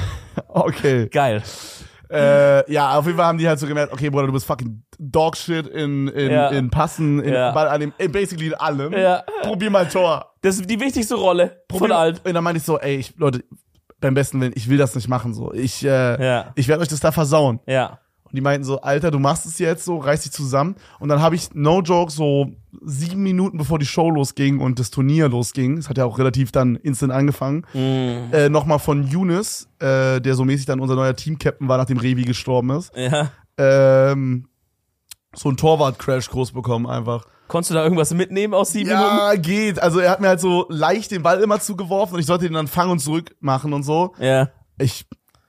Okay. Geil. Äh, ja, auf jeden Fall haben die halt so gemerkt, okay, Bruder, du bist fucking Dogshit in, in, Ja. in Passen, in Ja. Ball annehmen, in basically in allem. Ja. Probier mal Tor. Das ist die wichtigste Rolle Probier von allen. Und dann meinte ich so, ey, ich, Leute, beim besten Willen, ich will das nicht machen, so. Ich, äh, Ja. ich werde euch das da versauen. Ja. Und die meinten so, Alter, du machst es jetzt so, reiß dich zusammen. Und dann habe ich, no joke, so sieben Minuten bevor die Show losging und das Turnier losging, es hat ja auch relativ dann instant angefangen, Mm. äh, nochmal von Younes, äh, der so mäßig dann unser neuer Team-Captain war, nachdem Revi gestorben ist, Ja. ähm, so einen Torwart-Crash-Kurs bekommen einfach. Konntest du da irgendwas mitnehmen aus sieben Minuten? Ja, geht. Also er hat mir halt so leicht den Ball immer zugeworfen und ich sollte den dann fangen und zurück machen und so. Ja. Ich,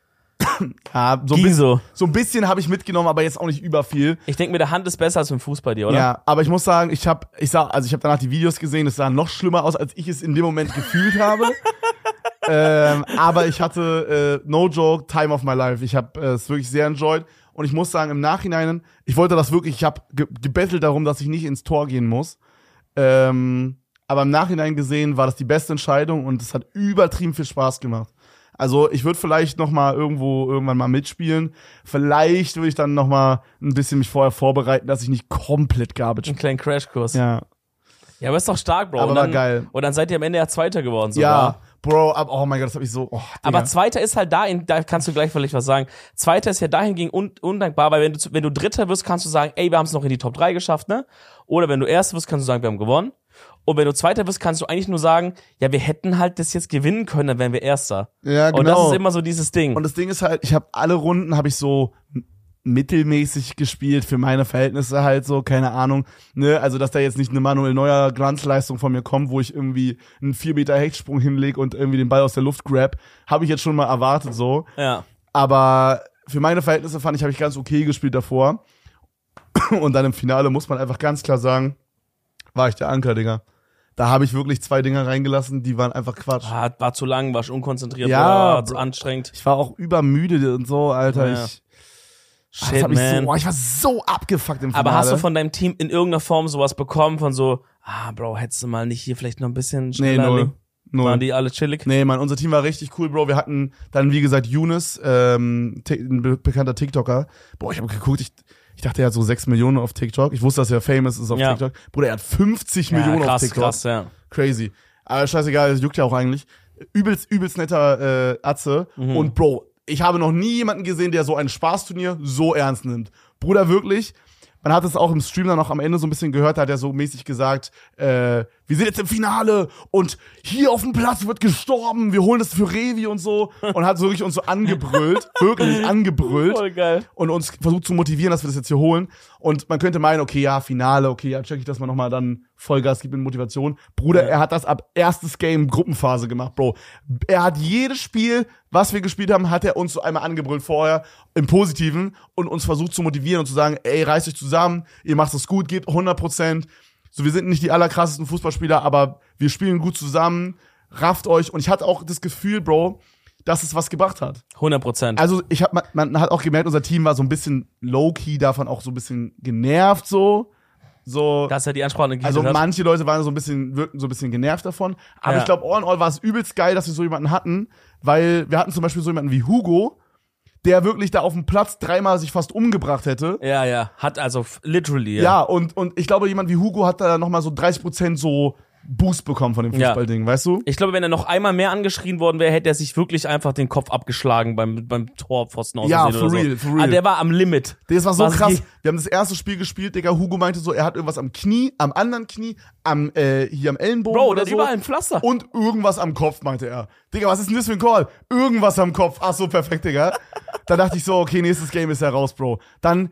ja, so ein, Ging bisschen, so. so ein bisschen habe ich mitgenommen, aber jetzt auch nicht über viel. Ich denke, mit der Hand ist besser als mit dem Fuß bei dir, oder? Ja, aber ich muss sagen, ich habe, ich sag, also ich habe danach die Videos gesehen, es sah noch schlimmer aus, als ich es in dem Moment gefühlt habe. ähm, aber ich hatte, äh, no joke, time of my life. Ich habe äh, es wirklich sehr enjoyed. Und ich muss sagen, im Nachhinein, ich wollte das wirklich, ich habe ge gebettelt darum, dass ich nicht ins Tor gehen muss. Ähm, aber im Nachhinein gesehen war das die beste Entscheidung und es hat übertrieben viel Spaß gemacht. Also ich würde vielleicht noch mal irgendwo irgendwann mal mitspielen. Vielleicht würde ich dann noch mal ein bisschen mich vorher vorbereiten, dass ich nicht komplett Garbage. Einen kleinen Crashkurs. Ja, Ja, aber ist doch stark, Bro. Aber und war dann, geil. Und dann seid ihr am Ende ja Zweiter geworden sogar. ja, Bro, ab, oh mein Gott, das hab ich so. Oh, Digga. Aber Zweiter ist halt da, in, da kannst du gleich vielleicht was sagen. Zweiter ist ja dahingegen un, undankbar, weil wenn du, wenn du Dritter wirst, kannst du sagen, ey, wir haben es noch in die Top drei geschafft, ne? Oder wenn du Erster wirst, kannst du sagen, wir haben gewonnen. Und wenn du Zweiter wirst, kannst du eigentlich nur sagen, ja, wir hätten halt das jetzt gewinnen können, dann wären wir Erster. ja, genau. Und das ist immer so dieses Ding. Und das Ding ist halt, ich habe alle Runden habe ich so m- mittelmäßig gespielt für meine Verhältnisse halt so, keine Ahnung, ne, also dass da jetzt nicht eine Manuel Neuer Glanzleistung von mir kommt, wo ich irgendwie einen vier Meter Hechtsprung hinleg und irgendwie den Ball aus der Luft grab, habe ich jetzt schon mal erwartet so, ja. aber für meine Verhältnisse fand ich, habe ich ganz okay gespielt davor und dann im Finale muss man einfach ganz klar sagen, war ich der Anker, Digga. Da habe ich wirklich zwei Dinger reingelassen, die waren einfach Quatsch. War, war zu lang, war schon unkonzentriert, Ja, war zu Bro. anstrengend. Ich war auch übermüde und so, Alter. Ja. Ich, Shit, das hat mich man. so, oh, ich war so abgefuckt im Finale. Aber hast du von deinem Team in irgendeiner Form sowas bekommen, von so, ah, Bro, hättest du mal nicht hier vielleicht noch ein bisschen Nee, schneller null. legen? null. Waren die alle chillig? Nee, Mann, unser Team war richtig cool, Bro. Wir hatten dann, wie gesagt, Younes, ähm, Ti- ein be bekannter TikToker. Boah, ich habe geguckt, ich, ich dachte, er hat so sechs Millionen auf TikTok. Ich wusste, dass er famous ist auf Ja. TikTok. Bruder, er hat fünfzig Millionen ja, krass, auf TikTok. krass, ja. Crazy. Aber scheißegal, das juckt ja auch eigentlich. Übelst, übelst netter äh, Atze. Mhm. Und Bro, ich habe noch nie jemanden gesehen, der so ein Spaßturnier so ernst nimmt. Bruder, wirklich. Man hat es auch im Stream dann noch am Ende so ein bisschen gehört, da hat er so mäßig gesagt, äh, wir sind jetzt im Finale und hier auf dem Platz wird gestorben, wir holen das für Revi und so und hat so wirklich uns so angebrüllt, wirklich angebrüllt. Voll geil. Und uns versucht zu motivieren, dass wir das jetzt hier holen. Und man könnte meinen, okay, ja, Finale, okay, ja, check ich, dass man nochmal dann Vollgas gibt mit Motivation. Bruder, ja. Er hat das ab erstes Game Gruppenphase gemacht, Bro. Er hat jedes Spiel, was wir gespielt haben, hat er uns so einmal angebrüllt vorher, im Positiven, und uns versucht zu motivieren und zu sagen, ey, reißt euch zusammen, ihr macht es gut, gebt hundert Prozent. So, wir sind nicht die allerkrassesten Fußballspieler, aber wir spielen gut zusammen, rafft euch. Und ich hatte auch das Gefühl, Bro, dass es was gebracht hat. hundert Prozent. Also ich hab, man, man hat auch gemerkt, unser Team war so ein bisschen low-key davon auch so ein bisschen genervt so. So, dass er die Ansprache also hat. manche Leute waren so ein bisschen, wirkten so ein bisschen genervt davon. Aber ja. ich glaube, all in all war es übelst geil, dass wir so jemanden hatten, weil wir hatten zum Beispiel so jemanden wie Hugo, der wirklich da auf dem Platz dreimal sich fast umgebracht hätte. Ja, ja, hat also literally. Ja, ja und, und ich glaube, jemand wie Hugo hat da nochmal so dreißig Prozent so Boost bekommen von dem Fußballding, ja. Weißt du? Ich glaube, wenn er noch einmal mehr angeschrien worden wäre, hätte er sich wirklich einfach den Kopf abgeschlagen beim, beim Torpfosten aus Ja, for for real, so. for real. Aber der war am Limit. Das war so Was krass. die- Wir haben das erste Spiel gespielt, Digga. Hugo meinte so, er hat irgendwas am Knie, am anderen Knie, am, äh, hier am Ellenbogen Bro, oder der hat so. überall ein Pflaster. Und irgendwas am Kopf, meinte er. Digga, was ist denn das für ein Call? Irgendwas am Kopf. Ach so, perfekt, Digga. Da dachte ich so, okay, nächstes Game ist er raus, Bro. Dann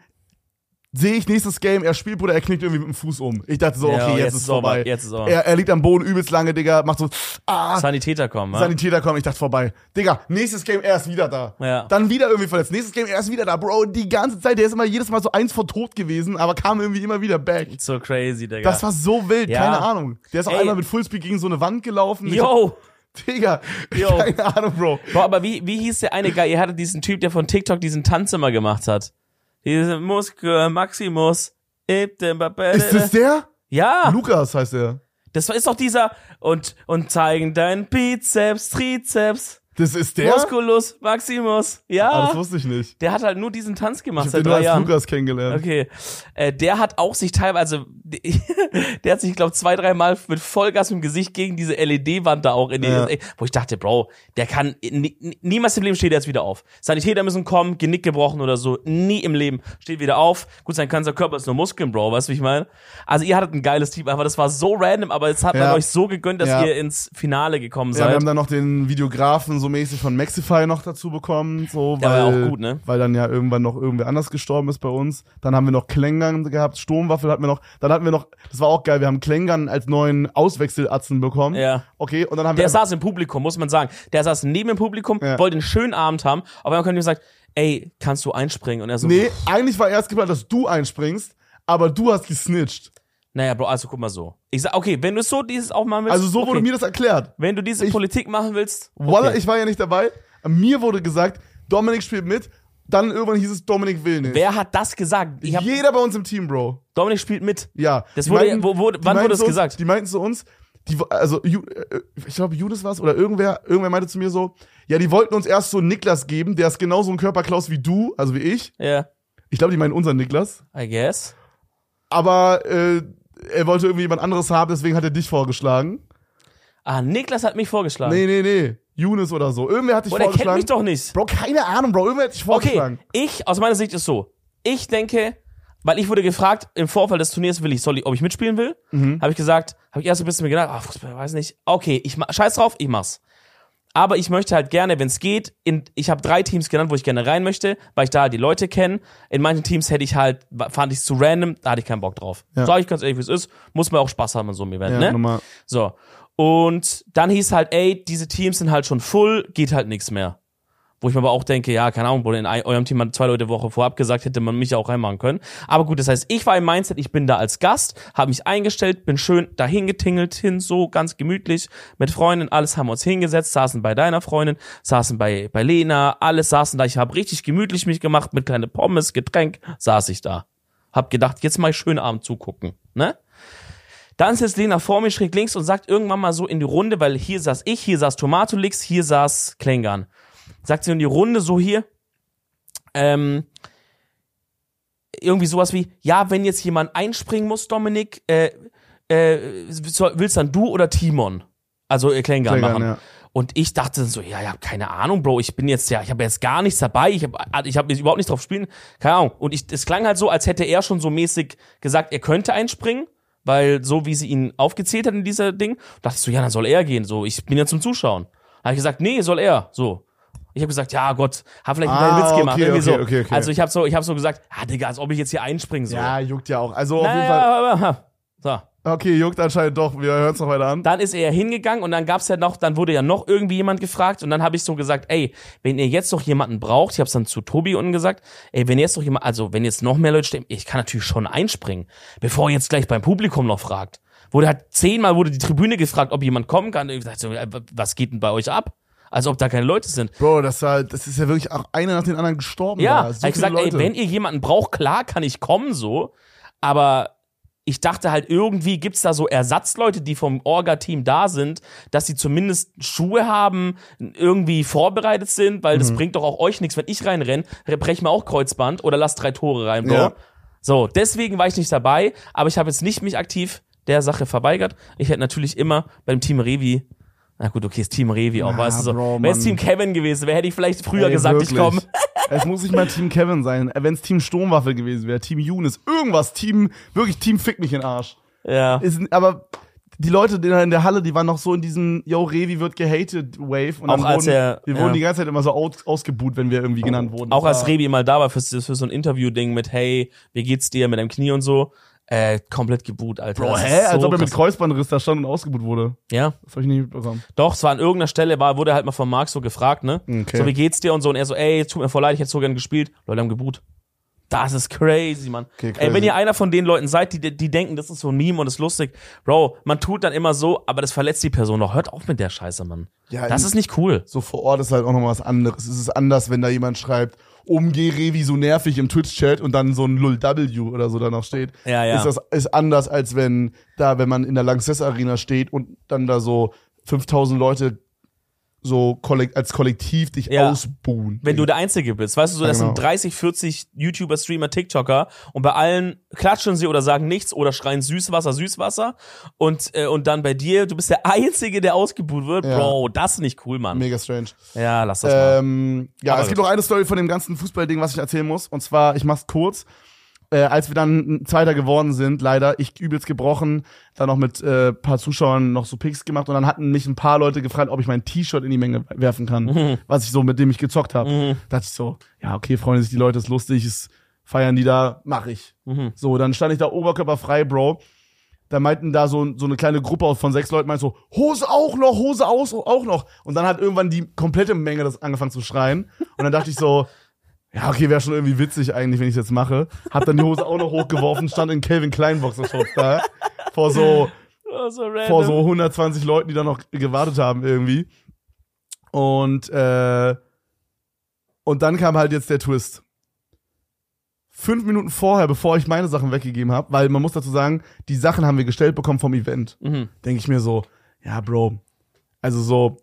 sehe ich nächstes Game, er spielt, Bruder, er knickt irgendwie mit dem Fuß um. Ich dachte so, okay, Ja, jetzt, jetzt ist ist vorbei. aber- jetzt ist aber. Er, er liegt am Boden übelst lange, Digga, macht so, ah, Sanitäter kommen, ja? Sanitäter kommen, ich dachte vorbei. Digga, nächstes Game, er ist wieder da. Ja. Dann wieder irgendwie verletzt. Nächstes Game, er ist wieder da. Bro, die ganze Zeit, der ist immer jedes Mal so eins vor tot gewesen, aber kam irgendwie immer wieder back. So crazy, Digga. Das war so wild, Ja. keine Ahnung. Der ist auch Ey. einmal mit Fullspeed gegen so eine Wand gelaufen. Ich Yo! hab, Digga, Yo. keine Ahnung, Bro. Bro, aber wie, wie hieß der eine Guy? Ihr hattet diesen Typ, der von TikTok diesen Tanz immer gemacht hat. Diese Muskel Maximus. Ist das der? Ja, Lukas heißt er. das ist doch dieser und und zeigen deinen Bizeps, Trizeps, Das ist der? Musculus Maximus. Ja, Ah, das wusste ich nicht. der hat halt nur diesen Tanz gemacht Ich hab seit den nur drei als Jahren. Lukas kennengelernt. Okay, äh, der hat auch sich teilweise, der hat sich, glaube zwei, dreimal mit Vollgas im Gesicht gegen diese L E D-Wand da auch in die, Ja. wo ich dachte, Bro, der kann, nie, niemals im Leben steht er jetzt wieder auf. Sanitäter müssen kommen, Genick gebrochen oder so, nie im Leben steht wieder auf. Gut, sein ganzer Körper ist nur Muskeln, Bro, weißt du, wie ich meine? Also ihr hattet ein geiles Team, aber das war so random, aber jetzt hat man Ja. euch so gegönnt, dass Ja. ihr ins Finale gekommen Ja, wir seid. haben dann noch den Videografen so mäßig von Maxify noch dazu bekommen, so, Der weil, war ja auch gut, ne? weil dann ja irgendwann noch irgendwer anders gestorben ist bei uns. Dann haben wir noch Klängern gehabt, Sturmwaffel hatten wir noch, dann hatten wir noch, das war auch geil, wir haben Klängern als neuen Auswechselatzen bekommen. Ja. Okay, und dann haben Der wir saß im Publikum, muss man sagen. Der saß neben dem Publikum, Ja. wollte einen schönen Abend haben, aber dann haben wir gesagt, ey, kannst du einspringen? Und er so, Nee, eigentlich war erst geplant, dass du einspringst, aber du hast gesnitcht. naja, Bro, also guck mal so. Ich sag, okay, wenn du so dieses auch machen willst, Also so okay. wurde mir das erklärt. Wenn du diese Ich- Politik machen willst, Voila, okay. ich war ja nicht dabei. Mir wurde gesagt, Dominik spielt mit. Dann irgendwann hieß es, Dominik will nicht. Wer hat das gesagt? Ich hab, Jeder bei uns im Team, Bro. Dominik spielt mit. Ja. Das Die wurde- meinten- wo- wo- die wann meinten wurde das zu uns, gesagt? Die meinten zu uns, die, also Ju- äh, ich glaube Judas war es oder irgendwer, irgendwer meinte zu mir so, ja, die wollten uns erst so einen Niklas geben, der ist genauso ein Körperklaus wie du, also wie ich. Ja, Ich glaube, die meinen unseren Niklas. I guess. Aber äh, er wollte irgendwie jemand anderes haben, deswegen hat er dich vorgeschlagen. Ah, Niklas hat mich vorgeschlagen. Nee, nee, nee. Yunus oder so. Irgendwer hat dich Boah, der kennt vorgeschlagen. mich doch nicht. Bro, keine Ahnung, Bro. Irgendwer hat dich vorgeschlagen. Okay, ich, aus meiner Sicht ist so, ich denke, weil ich wurde gefragt, im Vorfall des Turniers will ich, soll ich, ob ich mitspielen will, Mhm. habe ich gesagt, habe ich erst ein bisschen mir gedacht, ach, Fußball, weiß nicht, okay, ich ma- scheiß drauf, ich mach's. Aber ich möchte halt gerne, wenn es geht, in, ich habe drei Teams genannt, wo ich gerne rein möchte, weil ich da halt die Leute kenne. In manchen Teams hätte ich halt, fand ich es zu random, da hatte ich keinen Bock drauf. Ja. Sag ich ganz ehrlich, wie es ist, muss man auch Spaß haben an so einem Event, Ja, ne? nochmal. So. Und dann hieß halt, ey, diese Teams sind halt schon full, geht halt nichts mehr. Wo ich mir aber auch denke, ja, keine Ahnung, wo in ein- eurem Team man zwei Leute Woche vorab gesagt, hätte man mich auch reinmachen können. Aber gut, das heißt, ich war im Mindset, ich bin da als Gast, habe mich eingestellt, bin schön dahin getingelt, hin, so ganz gemütlich, mit Freunden, alles haben wir uns hingesetzt, saßen bei deiner Freundin, saßen bei, bei Lena, alles saßen da, ich habe richtig gemütlich mich gemacht, mit kleine Pommes, Getränk, saß ich da. Hab gedacht, jetzt mal schön Abend zugucken, ne? Dann sitzt Lena vor mir schräg links und sagt irgendwann mal so in die Runde, weil hier saß ich, hier saß Tomatolix, hier saß Klängern. Sagt sie in die Runde so hier, ähm, irgendwie sowas wie, ja, wenn jetzt jemand einspringen muss, Dominik, äh, äh, willst dann du oder Timon? Also äh, Klängern machen. Ja. Und ich dachte so, ja, ja, keine Ahnung, Bro, ich bin jetzt ja, ich habe jetzt gar nichts dabei, ich habe ich hab überhaupt nicht drauf spielen, keine Ahnung. Und ich, es klang halt so, als hätte er schon so mäßig gesagt, er könnte einspringen, weil so wie sie ihn aufgezählt hat in dieser Ding, dachte ich so, ja, dann soll er gehen, so, ich bin ja zum Zuschauen. Da habe ich gesagt, nee, soll er, so. Ich habe gesagt, ja Gott, hab vielleicht einen ah, Witz gemacht, okay, irgendwie okay, so. Okay, okay. Also ich habe so, ich habe so gesagt, ah, Digga, als ob ich jetzt hier einspringen soll. Ja, juckt ja auch. Also auf naja, jeden Fall. aber, so. Okay, juckt anscheinend doch. Wir hören es noch weiter an. Dann ist er hingegangen und dann gab's ja noch, dann wurde ja noch irgendwie jemand gefragt und dann habe ich so gesagt, ey, wenn ihr jetzt noch jemanden braucht, ich hab's dann zu Tobi unten gesagt, ey, wenn jetzt noch jemand, also wenn jetzt noch mehr Leute stehen, ich kann natürlich schon einspringen, bevor ihr jetzt gleich beim Publikum noch fragt. Wurde halt zehnmal wurde die Tribüne gefragt, ob jemand kommen kann. Ich dachte so, was geht denn bei euch ab? Als ob da keine Leute sind. Bro, das war, das ist ja wirklich auch einer nach den anderen gestorben. Ja, da. So hab ich gesagt, Leute. ey, wenn ihr jemanden braucht, klar kann ich kommen so, aber ich dachte halt, irgendwie gibt's da so Ersatzleute, die vom Orga-Team da sind, dass sie zumindest Schuhe haben, irgendwie vorbereitet sind, weil das Mhm. bringt doch auch euch nichts, wenn ich reinrenne, brech mir auch Kreuzband oder lass drei Tore rein, Bro. Ja. So, deswegen war ich nicht dabei, aber ich habe jetzt nicht mich aktiv der Sache verweigert. Ich hätte natürlich immer beim Team Revi, na gut, okay, ist Team Revi auch, Ja, weißt du so. Bro, Wenn es Mann. Team Kevin gewesen wäre, hätte ich vielleicht früher Ey, gesagt, wirklich. ich komme. Es muss nicht mal Team Kevin sein. Wenn es Team Sturmwaffe gewesen wäre, Team Younes, irgendwas, Team, wirklich Team Fick mich in den Arsch. Ja. Ist, aber die Leute in der Halle, die waren noch so in diesem Yo, Revi wird gehatet Wave. Und Auch dann als wurden, er- wir ja. wurden die ganze Zeit immer so aus, ausgebuht, wenn wir irgendwie genannt wurden. Auch Das als war- Revi mal da war für, für so ein Interview-Ding mit, hey, wie geht's dir mit deinem Knie und so, äh, komplett geboot, Alter. Bro, Das hä? ist Als so ob er mit krass. Kreuzbandriss da stand und ausgebuht wurde. Ja, Das hab ich nie mitbekommen. doch, es war an irgendeiner Stelle, war, wurde halt mal von Marc so gefragt, ne? Okay. So, wie geht's dir und so, und er so, ey, tut mir voll leid, ich hätte so gern gespielt. Leute haben geboot. Das ist crazy, Mann. Okay, Ey, wenn crazy. ihr einer von den Leuten seid, die, die denken, das ist so ein Meme und ist lustig, Bro, man tut dann immer so, aber das verletzt die Person noch. Hört auf mit der Scheiße, Mann. Ja, Das in- ist nicht cool. So vor Ort ist halt auch noch mal was anderes. Es ist anders, wenn da jemand schreibt, umgeh Revi so nervig im Twitch-Chat und dann so ein Lul W oder so da noch steht. Ja, ja. Ist das ist anders, als wenn da, wenn man in der Lanxess Arena steht und dann da so fünftausend Leute so kollekt, als Kollektiv dich Ja. ausbuhen. Wenn du der Einzige bist. Weißt du, so, Ja, das genau. sind dreißig, vierzig YouTuber, Streamer, TikToker und bei allen klatschen sie oder sagen nichts oder schreien Süßwasser, Süßwasser und, äh, und dann bei dir, du bist der Einzige, der ausgebuht wird. Ja. Bro, das ist nicht cool, Mann. Mega strange. Ja, lass das mal. Ähm, ja, Aber es gibt gut. noch eine Story von dem ganzen Fußballding, was ich erzählen muss. Und zwar, ich mach's kurz. Äh, als wir dann ein Zweiter geworden sind, leider, ich übelst gebrochen, dann noch mit äh, paar Zuschauern noch so Pics gemacht und dann hatten mich ein paar Leute gefragt, ob ich mein T-Shirt in die Menge werfen kann, Mhm. was ich so, mit dem ich gezockt habe. Mhm. Dachte ich so, ja, okay, freuen sich die Leute, ist lustig, ist, feiern die da, mach ich. Mhm. So, dann stand ich da oberkörperfrei, Bro. Da meinten da so, so eine kleine Gruppe von sechs Leuten, meint so, Hose auch noch, Hose aus, auch noch. Und dann hat irgendwann die komplette Menge das angefangen zu schreien. Und dann dachte ich so, ja, okay, wäre schon irgendwie witzig eigentlich, wenn ich jetzt mache. Hab dann die Hose auch noch hochgeworfen, stand in Calvin Klein Boxershorts da. Vor so, Oh, so random. vor so hundertzwanzig Leuten, die da noch gewartet haben irgendwie. Und, äh, und dann kam halt jetzt der Twist. Fünf Minuten vorher, bevor ich meine Sachen weggegeben habe, weil man muss dazu sagen, die Sachen haben wir gestellt bekommen vom Event. Mhm. Denke ich mir so, ja, Bro, also so,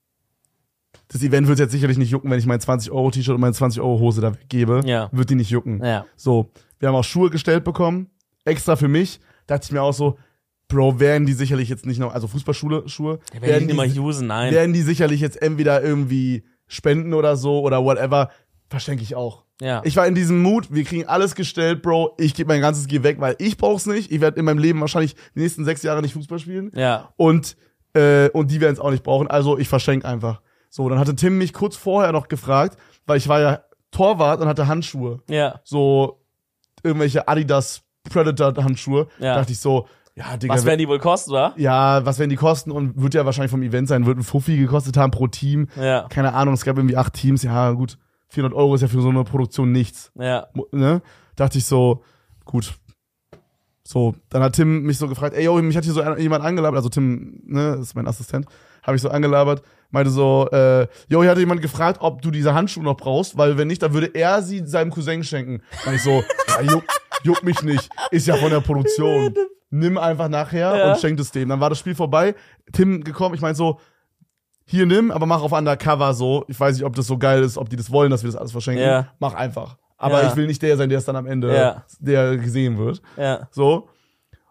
das Event wird jetzt sicherlich nicht jucken, wenn ich mein zwanzig Euro T-Shirt und meine zwanzig Euro Hose da weggebe. Ja. Wird die nicht jucken. Ja. So, wir haben auch Schuhe gestellt bekommen, extra für mich. Dachte ich mir auch so, Bro, werden die sicherlich jetzt nicht noch, also Fußballschuhe, Schuhe, Ja, werde ich werden, nicht die, mal usen, nein. werden die sicherlich jetzt entweder irgendwie spenden oder so oder whatever. Verschenke ich auch. Ja. Ich war in diesem Mut, wir kriegen alles gestellt, Bro. Ich gebe mein ganzes Gear weg, weil ich brauch's nicht. Ich werde in meinem Leben wahrscheinlich die nächsten sechs Jahre nicht Fußball spielen. ja. Und, äh, und die werden es auch nicht brauchen. Also ich verschenke einfach. So, dann hatte Tim mich kurz vorher noch gefragt, weil ich war ja Torwart und hatte Handschuhe. Ja. So irgendwelche Adidas Predator Handschuhe. Ja. Dachte ich so, ja, Digga. Was werden die wohl kosten, oder? ja, was werden die kosten? Und wird ja wahrscheinlich vom Event sein, wird ein Fuffi gekostet haben pro Team. Ja. Keine Ahnung, es gab irgendwie acht Teams. Ja, gut. vierhundert Euro ist ja für so eine Produktion nichts. Ja. Ne? Dachte ich so, gut. So, dann hat Tim mich so gefragt, ey, yo, mich hat hier so ein- jemand angelabert, also Tim, ne, ist mein Assistent, habe ich so angelabert, meinte so, äh, yo, hier hatte jemand gefragt, ob du diese Handschuhe noch brauchst, weil wenn nicht, dann würde er sie seinem Cousin schenken. Und ich so, ja, juck, juck mich nicht, ist ja von der Produktion. Nimm einfach nachher Ja. und schenk es dem. Dann war das Spiel vorbei, Tim gekommen, ich meinte so, hier nimm, aber mach auf Undercover so. Ich weiß nicht, ob das so geil ist, ob die das wollen, dass wir das alles verschenken. Ja. Mach einfach. Aber Ja. ich will nicht der sein, der es dann am Ende, Ja. der gesehen wird. Ja. So.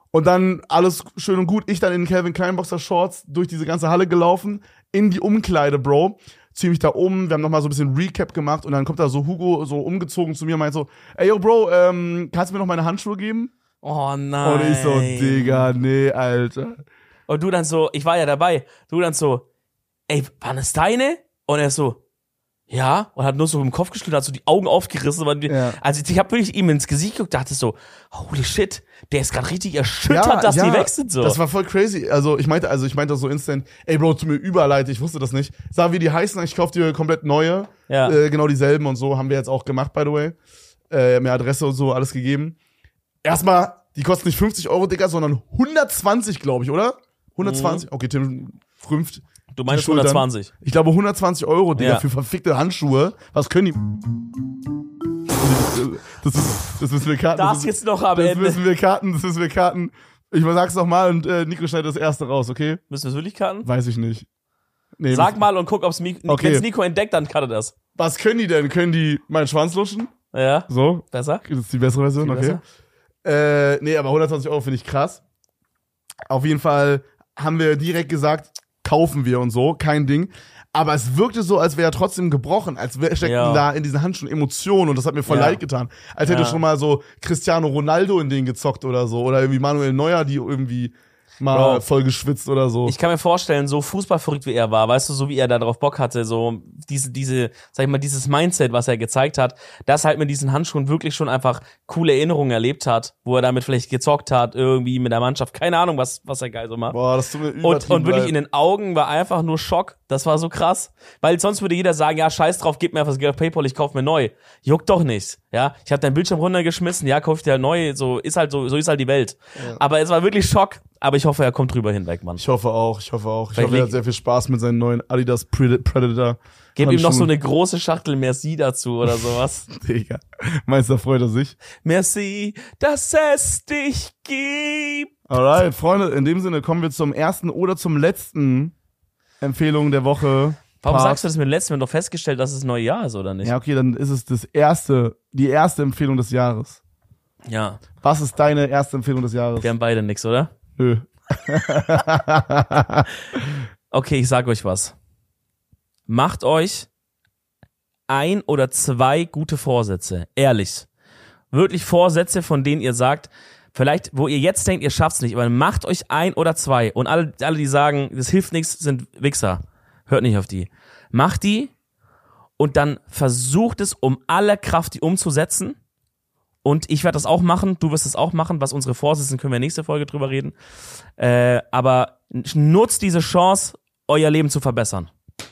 Und dann alles schön und gut. Ich dann in den Calvin Klein Boxer Shorts durch diese ganze Halle gelaufen, in die Umkleide, Bro. Zieh mich da um, wir haben nochmal so ein bisschen Recap gemacht und dann kommt da so Hugo so umgezogen zu mir und meint so, ey, yo, Bro, ähm, kannst du mir noch meine Handschuhe geben? Oh nein. Und ich so, Digga, nee, Alter. Und du dann so, ich war ja dabei, du dann so, ey, waren das deine? Und er so, ja, und hat nur so im Kopf geschüttelt, hat so die Augen aufgerissen. Weil die, Ja. Also ich hab wirklich ihm ins Gesicht geguckt, dachte so, holy shit, der ist gerade richtig erschüttert, Ja, dass ja, die weg sind so. Das war voll crazy. Also ich meinte, also ich meinte so instant, ey Bro, tut mir überleid, ich wusste das nicht. Sag, wie die heißen, ich kauf dir komplett neue. Ja. Äh, genau dieselben und so, haben wir jetzt auch gemacht, by the way. Äh, mir Adresse und so, alles gegeben. Erstmal, die kosten nicht fünfzig Euro, Digga, sondern hundertzwanzig, glaube ich, oder? hundertzwanzig? Okay, Tim rümpft. Du meinst die Schultern. hundertzwanzig. Ich glaube hundertzwanzig Euro, Digga, Ja. für verfickte Handschuhe. Was können die? Das, ist, das müssen wir karten. Das ist- jetzt noch am Das Ende. müssen wir karten, das müssen wir karten. Ich sag's noch mal und äh, Nico schneidet das erste raus, okay? Müssen wir es wirklich cutten? Weiß ich nicht. Nee, Sag müssen- mal und guck, ob's Mik Okay. wenn's Nico entdeckt, dann cutte das. Was können die denn? Können die meinen Schwanz luschen? Ja, So, besser? das ist die bessere Version, Viel okay. Äh, nee, aber hundertzwanzig Euro finde ich krass. Auf jeden Fall haben wir direkt gesagt, kaufen wir und so, kein Ding. Aber es wirkte so, als wäre er trotzdem gebrochen, als wär, steckten Ja. da in diesen Handschuhen Emotionen und das hat mir voll Ja. leid getan. Als hätte Ja. schon mal so Cristiano Ronaldo in den gezockt oder so. Oder irgendwie Manuel Neuer, die irgendwie mal Bro. voll geschwitzt oder so. Ich kann mir vorstellen, so fußballverrückt wie er war, weißt du, so wie er da drauf Bock hatte, so diese, diese, sag ich mal, dieses Mindset, was er gezeigt hat, dass er halt mit diesen Handschuhen wirklich schon einfach coole Erinnerungen erlebt hat, wo er damit vielleicht gezockt hat, irgendwie mit der Mannschaft, keine Ahnung, was, was er geil so macht. Boah, das tut mir Und, übertrieben und wirklich leid. in den Augen war einfach nur Schock. Das war so krass. Weil sonst würde jeder sagen, ja, scheiß drauf, gib mir einfach das Geld auf PayPal, ich kauf mir neu. Juckt doch nicht. Ja, ich habe deinen Bildschirm runtergeschmissen, ja, kauf dir halt neu, so ist halt so, so ist halt die Welt. Ja. Aber es war wirklich Schock, aber ich hoffe, er kommt drüber hinweg, Mann. Ich hoffe auch, ich hoffe auch. Ich Vielleicht hoffe, er hat liegt- sehr viel Spaß mit seinen neuen Adidas Pred- Predator. Gib ihm noch so Handschuhen. eine große Schachtel Merci dazu oder sowas. Digga. Meinst du, da freut er sich? Merci, dass es dich gibt. Alright, Freunde, in dem Sinne kommen wir zum ersten oder zum letzten Empfehlung der Woche. Warum Part. sagst du das mit dem letzten? Wir haben doch festgestellt, dass es neue Jahr ist, oder nicht? Ja, okay, dann ist es das erste, die erste Empfehlung des Jahres. Ja. Was ist deine erste Empfehlung des Jahres? Wir haben beide nix, oder? Nö. Okay, ich sag euch was. Macht euch ein oder zwei gute Vorsätze. Ehrlich. Wirklich Vorsätze, von denen ihr sagt, vielleicht, wo ihr jetzt denkt, ihr schafft's nicht, aber macht euch ein oder zwei. Und alle, alle die sagen, das hilft nichts, sind Wichser. Hört nicht auf die. Macht die und dann versucht es um alle Kraft, die umzusetzen. Und ich werde das auch machen, du wirst es auch machen. Was unsere Vorsätze sind, können wir nächste Folge drüber reden. Äh, aber nutzt diese Chance, euer Leben zu verbessern.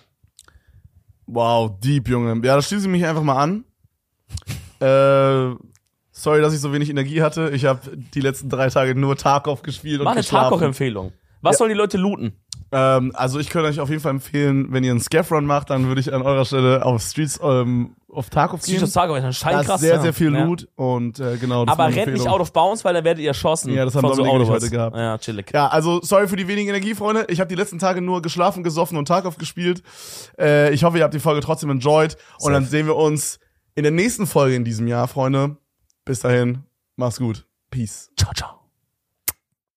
Wow, deep, Junge. Ja, da schließe ich mich einfach mal an. äh, sorry, dass ich so wenig Energie hatte. Ich habe die letzten drei Tage nur Tarkov gespielt und Mach eine geschlafen. Tarkov-Empfehlung. Was Ja. sollen die Leute looten? Ähm, also ich könnte euch auf jeden Fall empfehlen, wenn ihr einen Scaff-Run macht, dann würde ich an eurer Stelle auf Streets, ähm, auf Tarkov gehen. Streets of Tarkov ist Da anscheinend ist krass. sehr, ja. sehr viel Ja. Loot und äh, genau. Das Aber ist meine rennt nicht Empfehlung. out of bounds, weil dann werdet ihr erschossen. Ja, das haben von so Dominik und ich Autobots. heute gehabt. Ja, chillig. Ja, also sorry für die wenige Energie, Freunde. Ich habe die letzten Tage nur geschlafen, gesoffen und Tarkov gespielt. Äh, ich hoffe, ihr habt die Folge trotzdem enjoyed. Und Safe. dann sehen wir uns in der nächsten Folge in diesem Jahr, Freunde. Bis dahin, macht's gut. Peace. Ciao, ciao.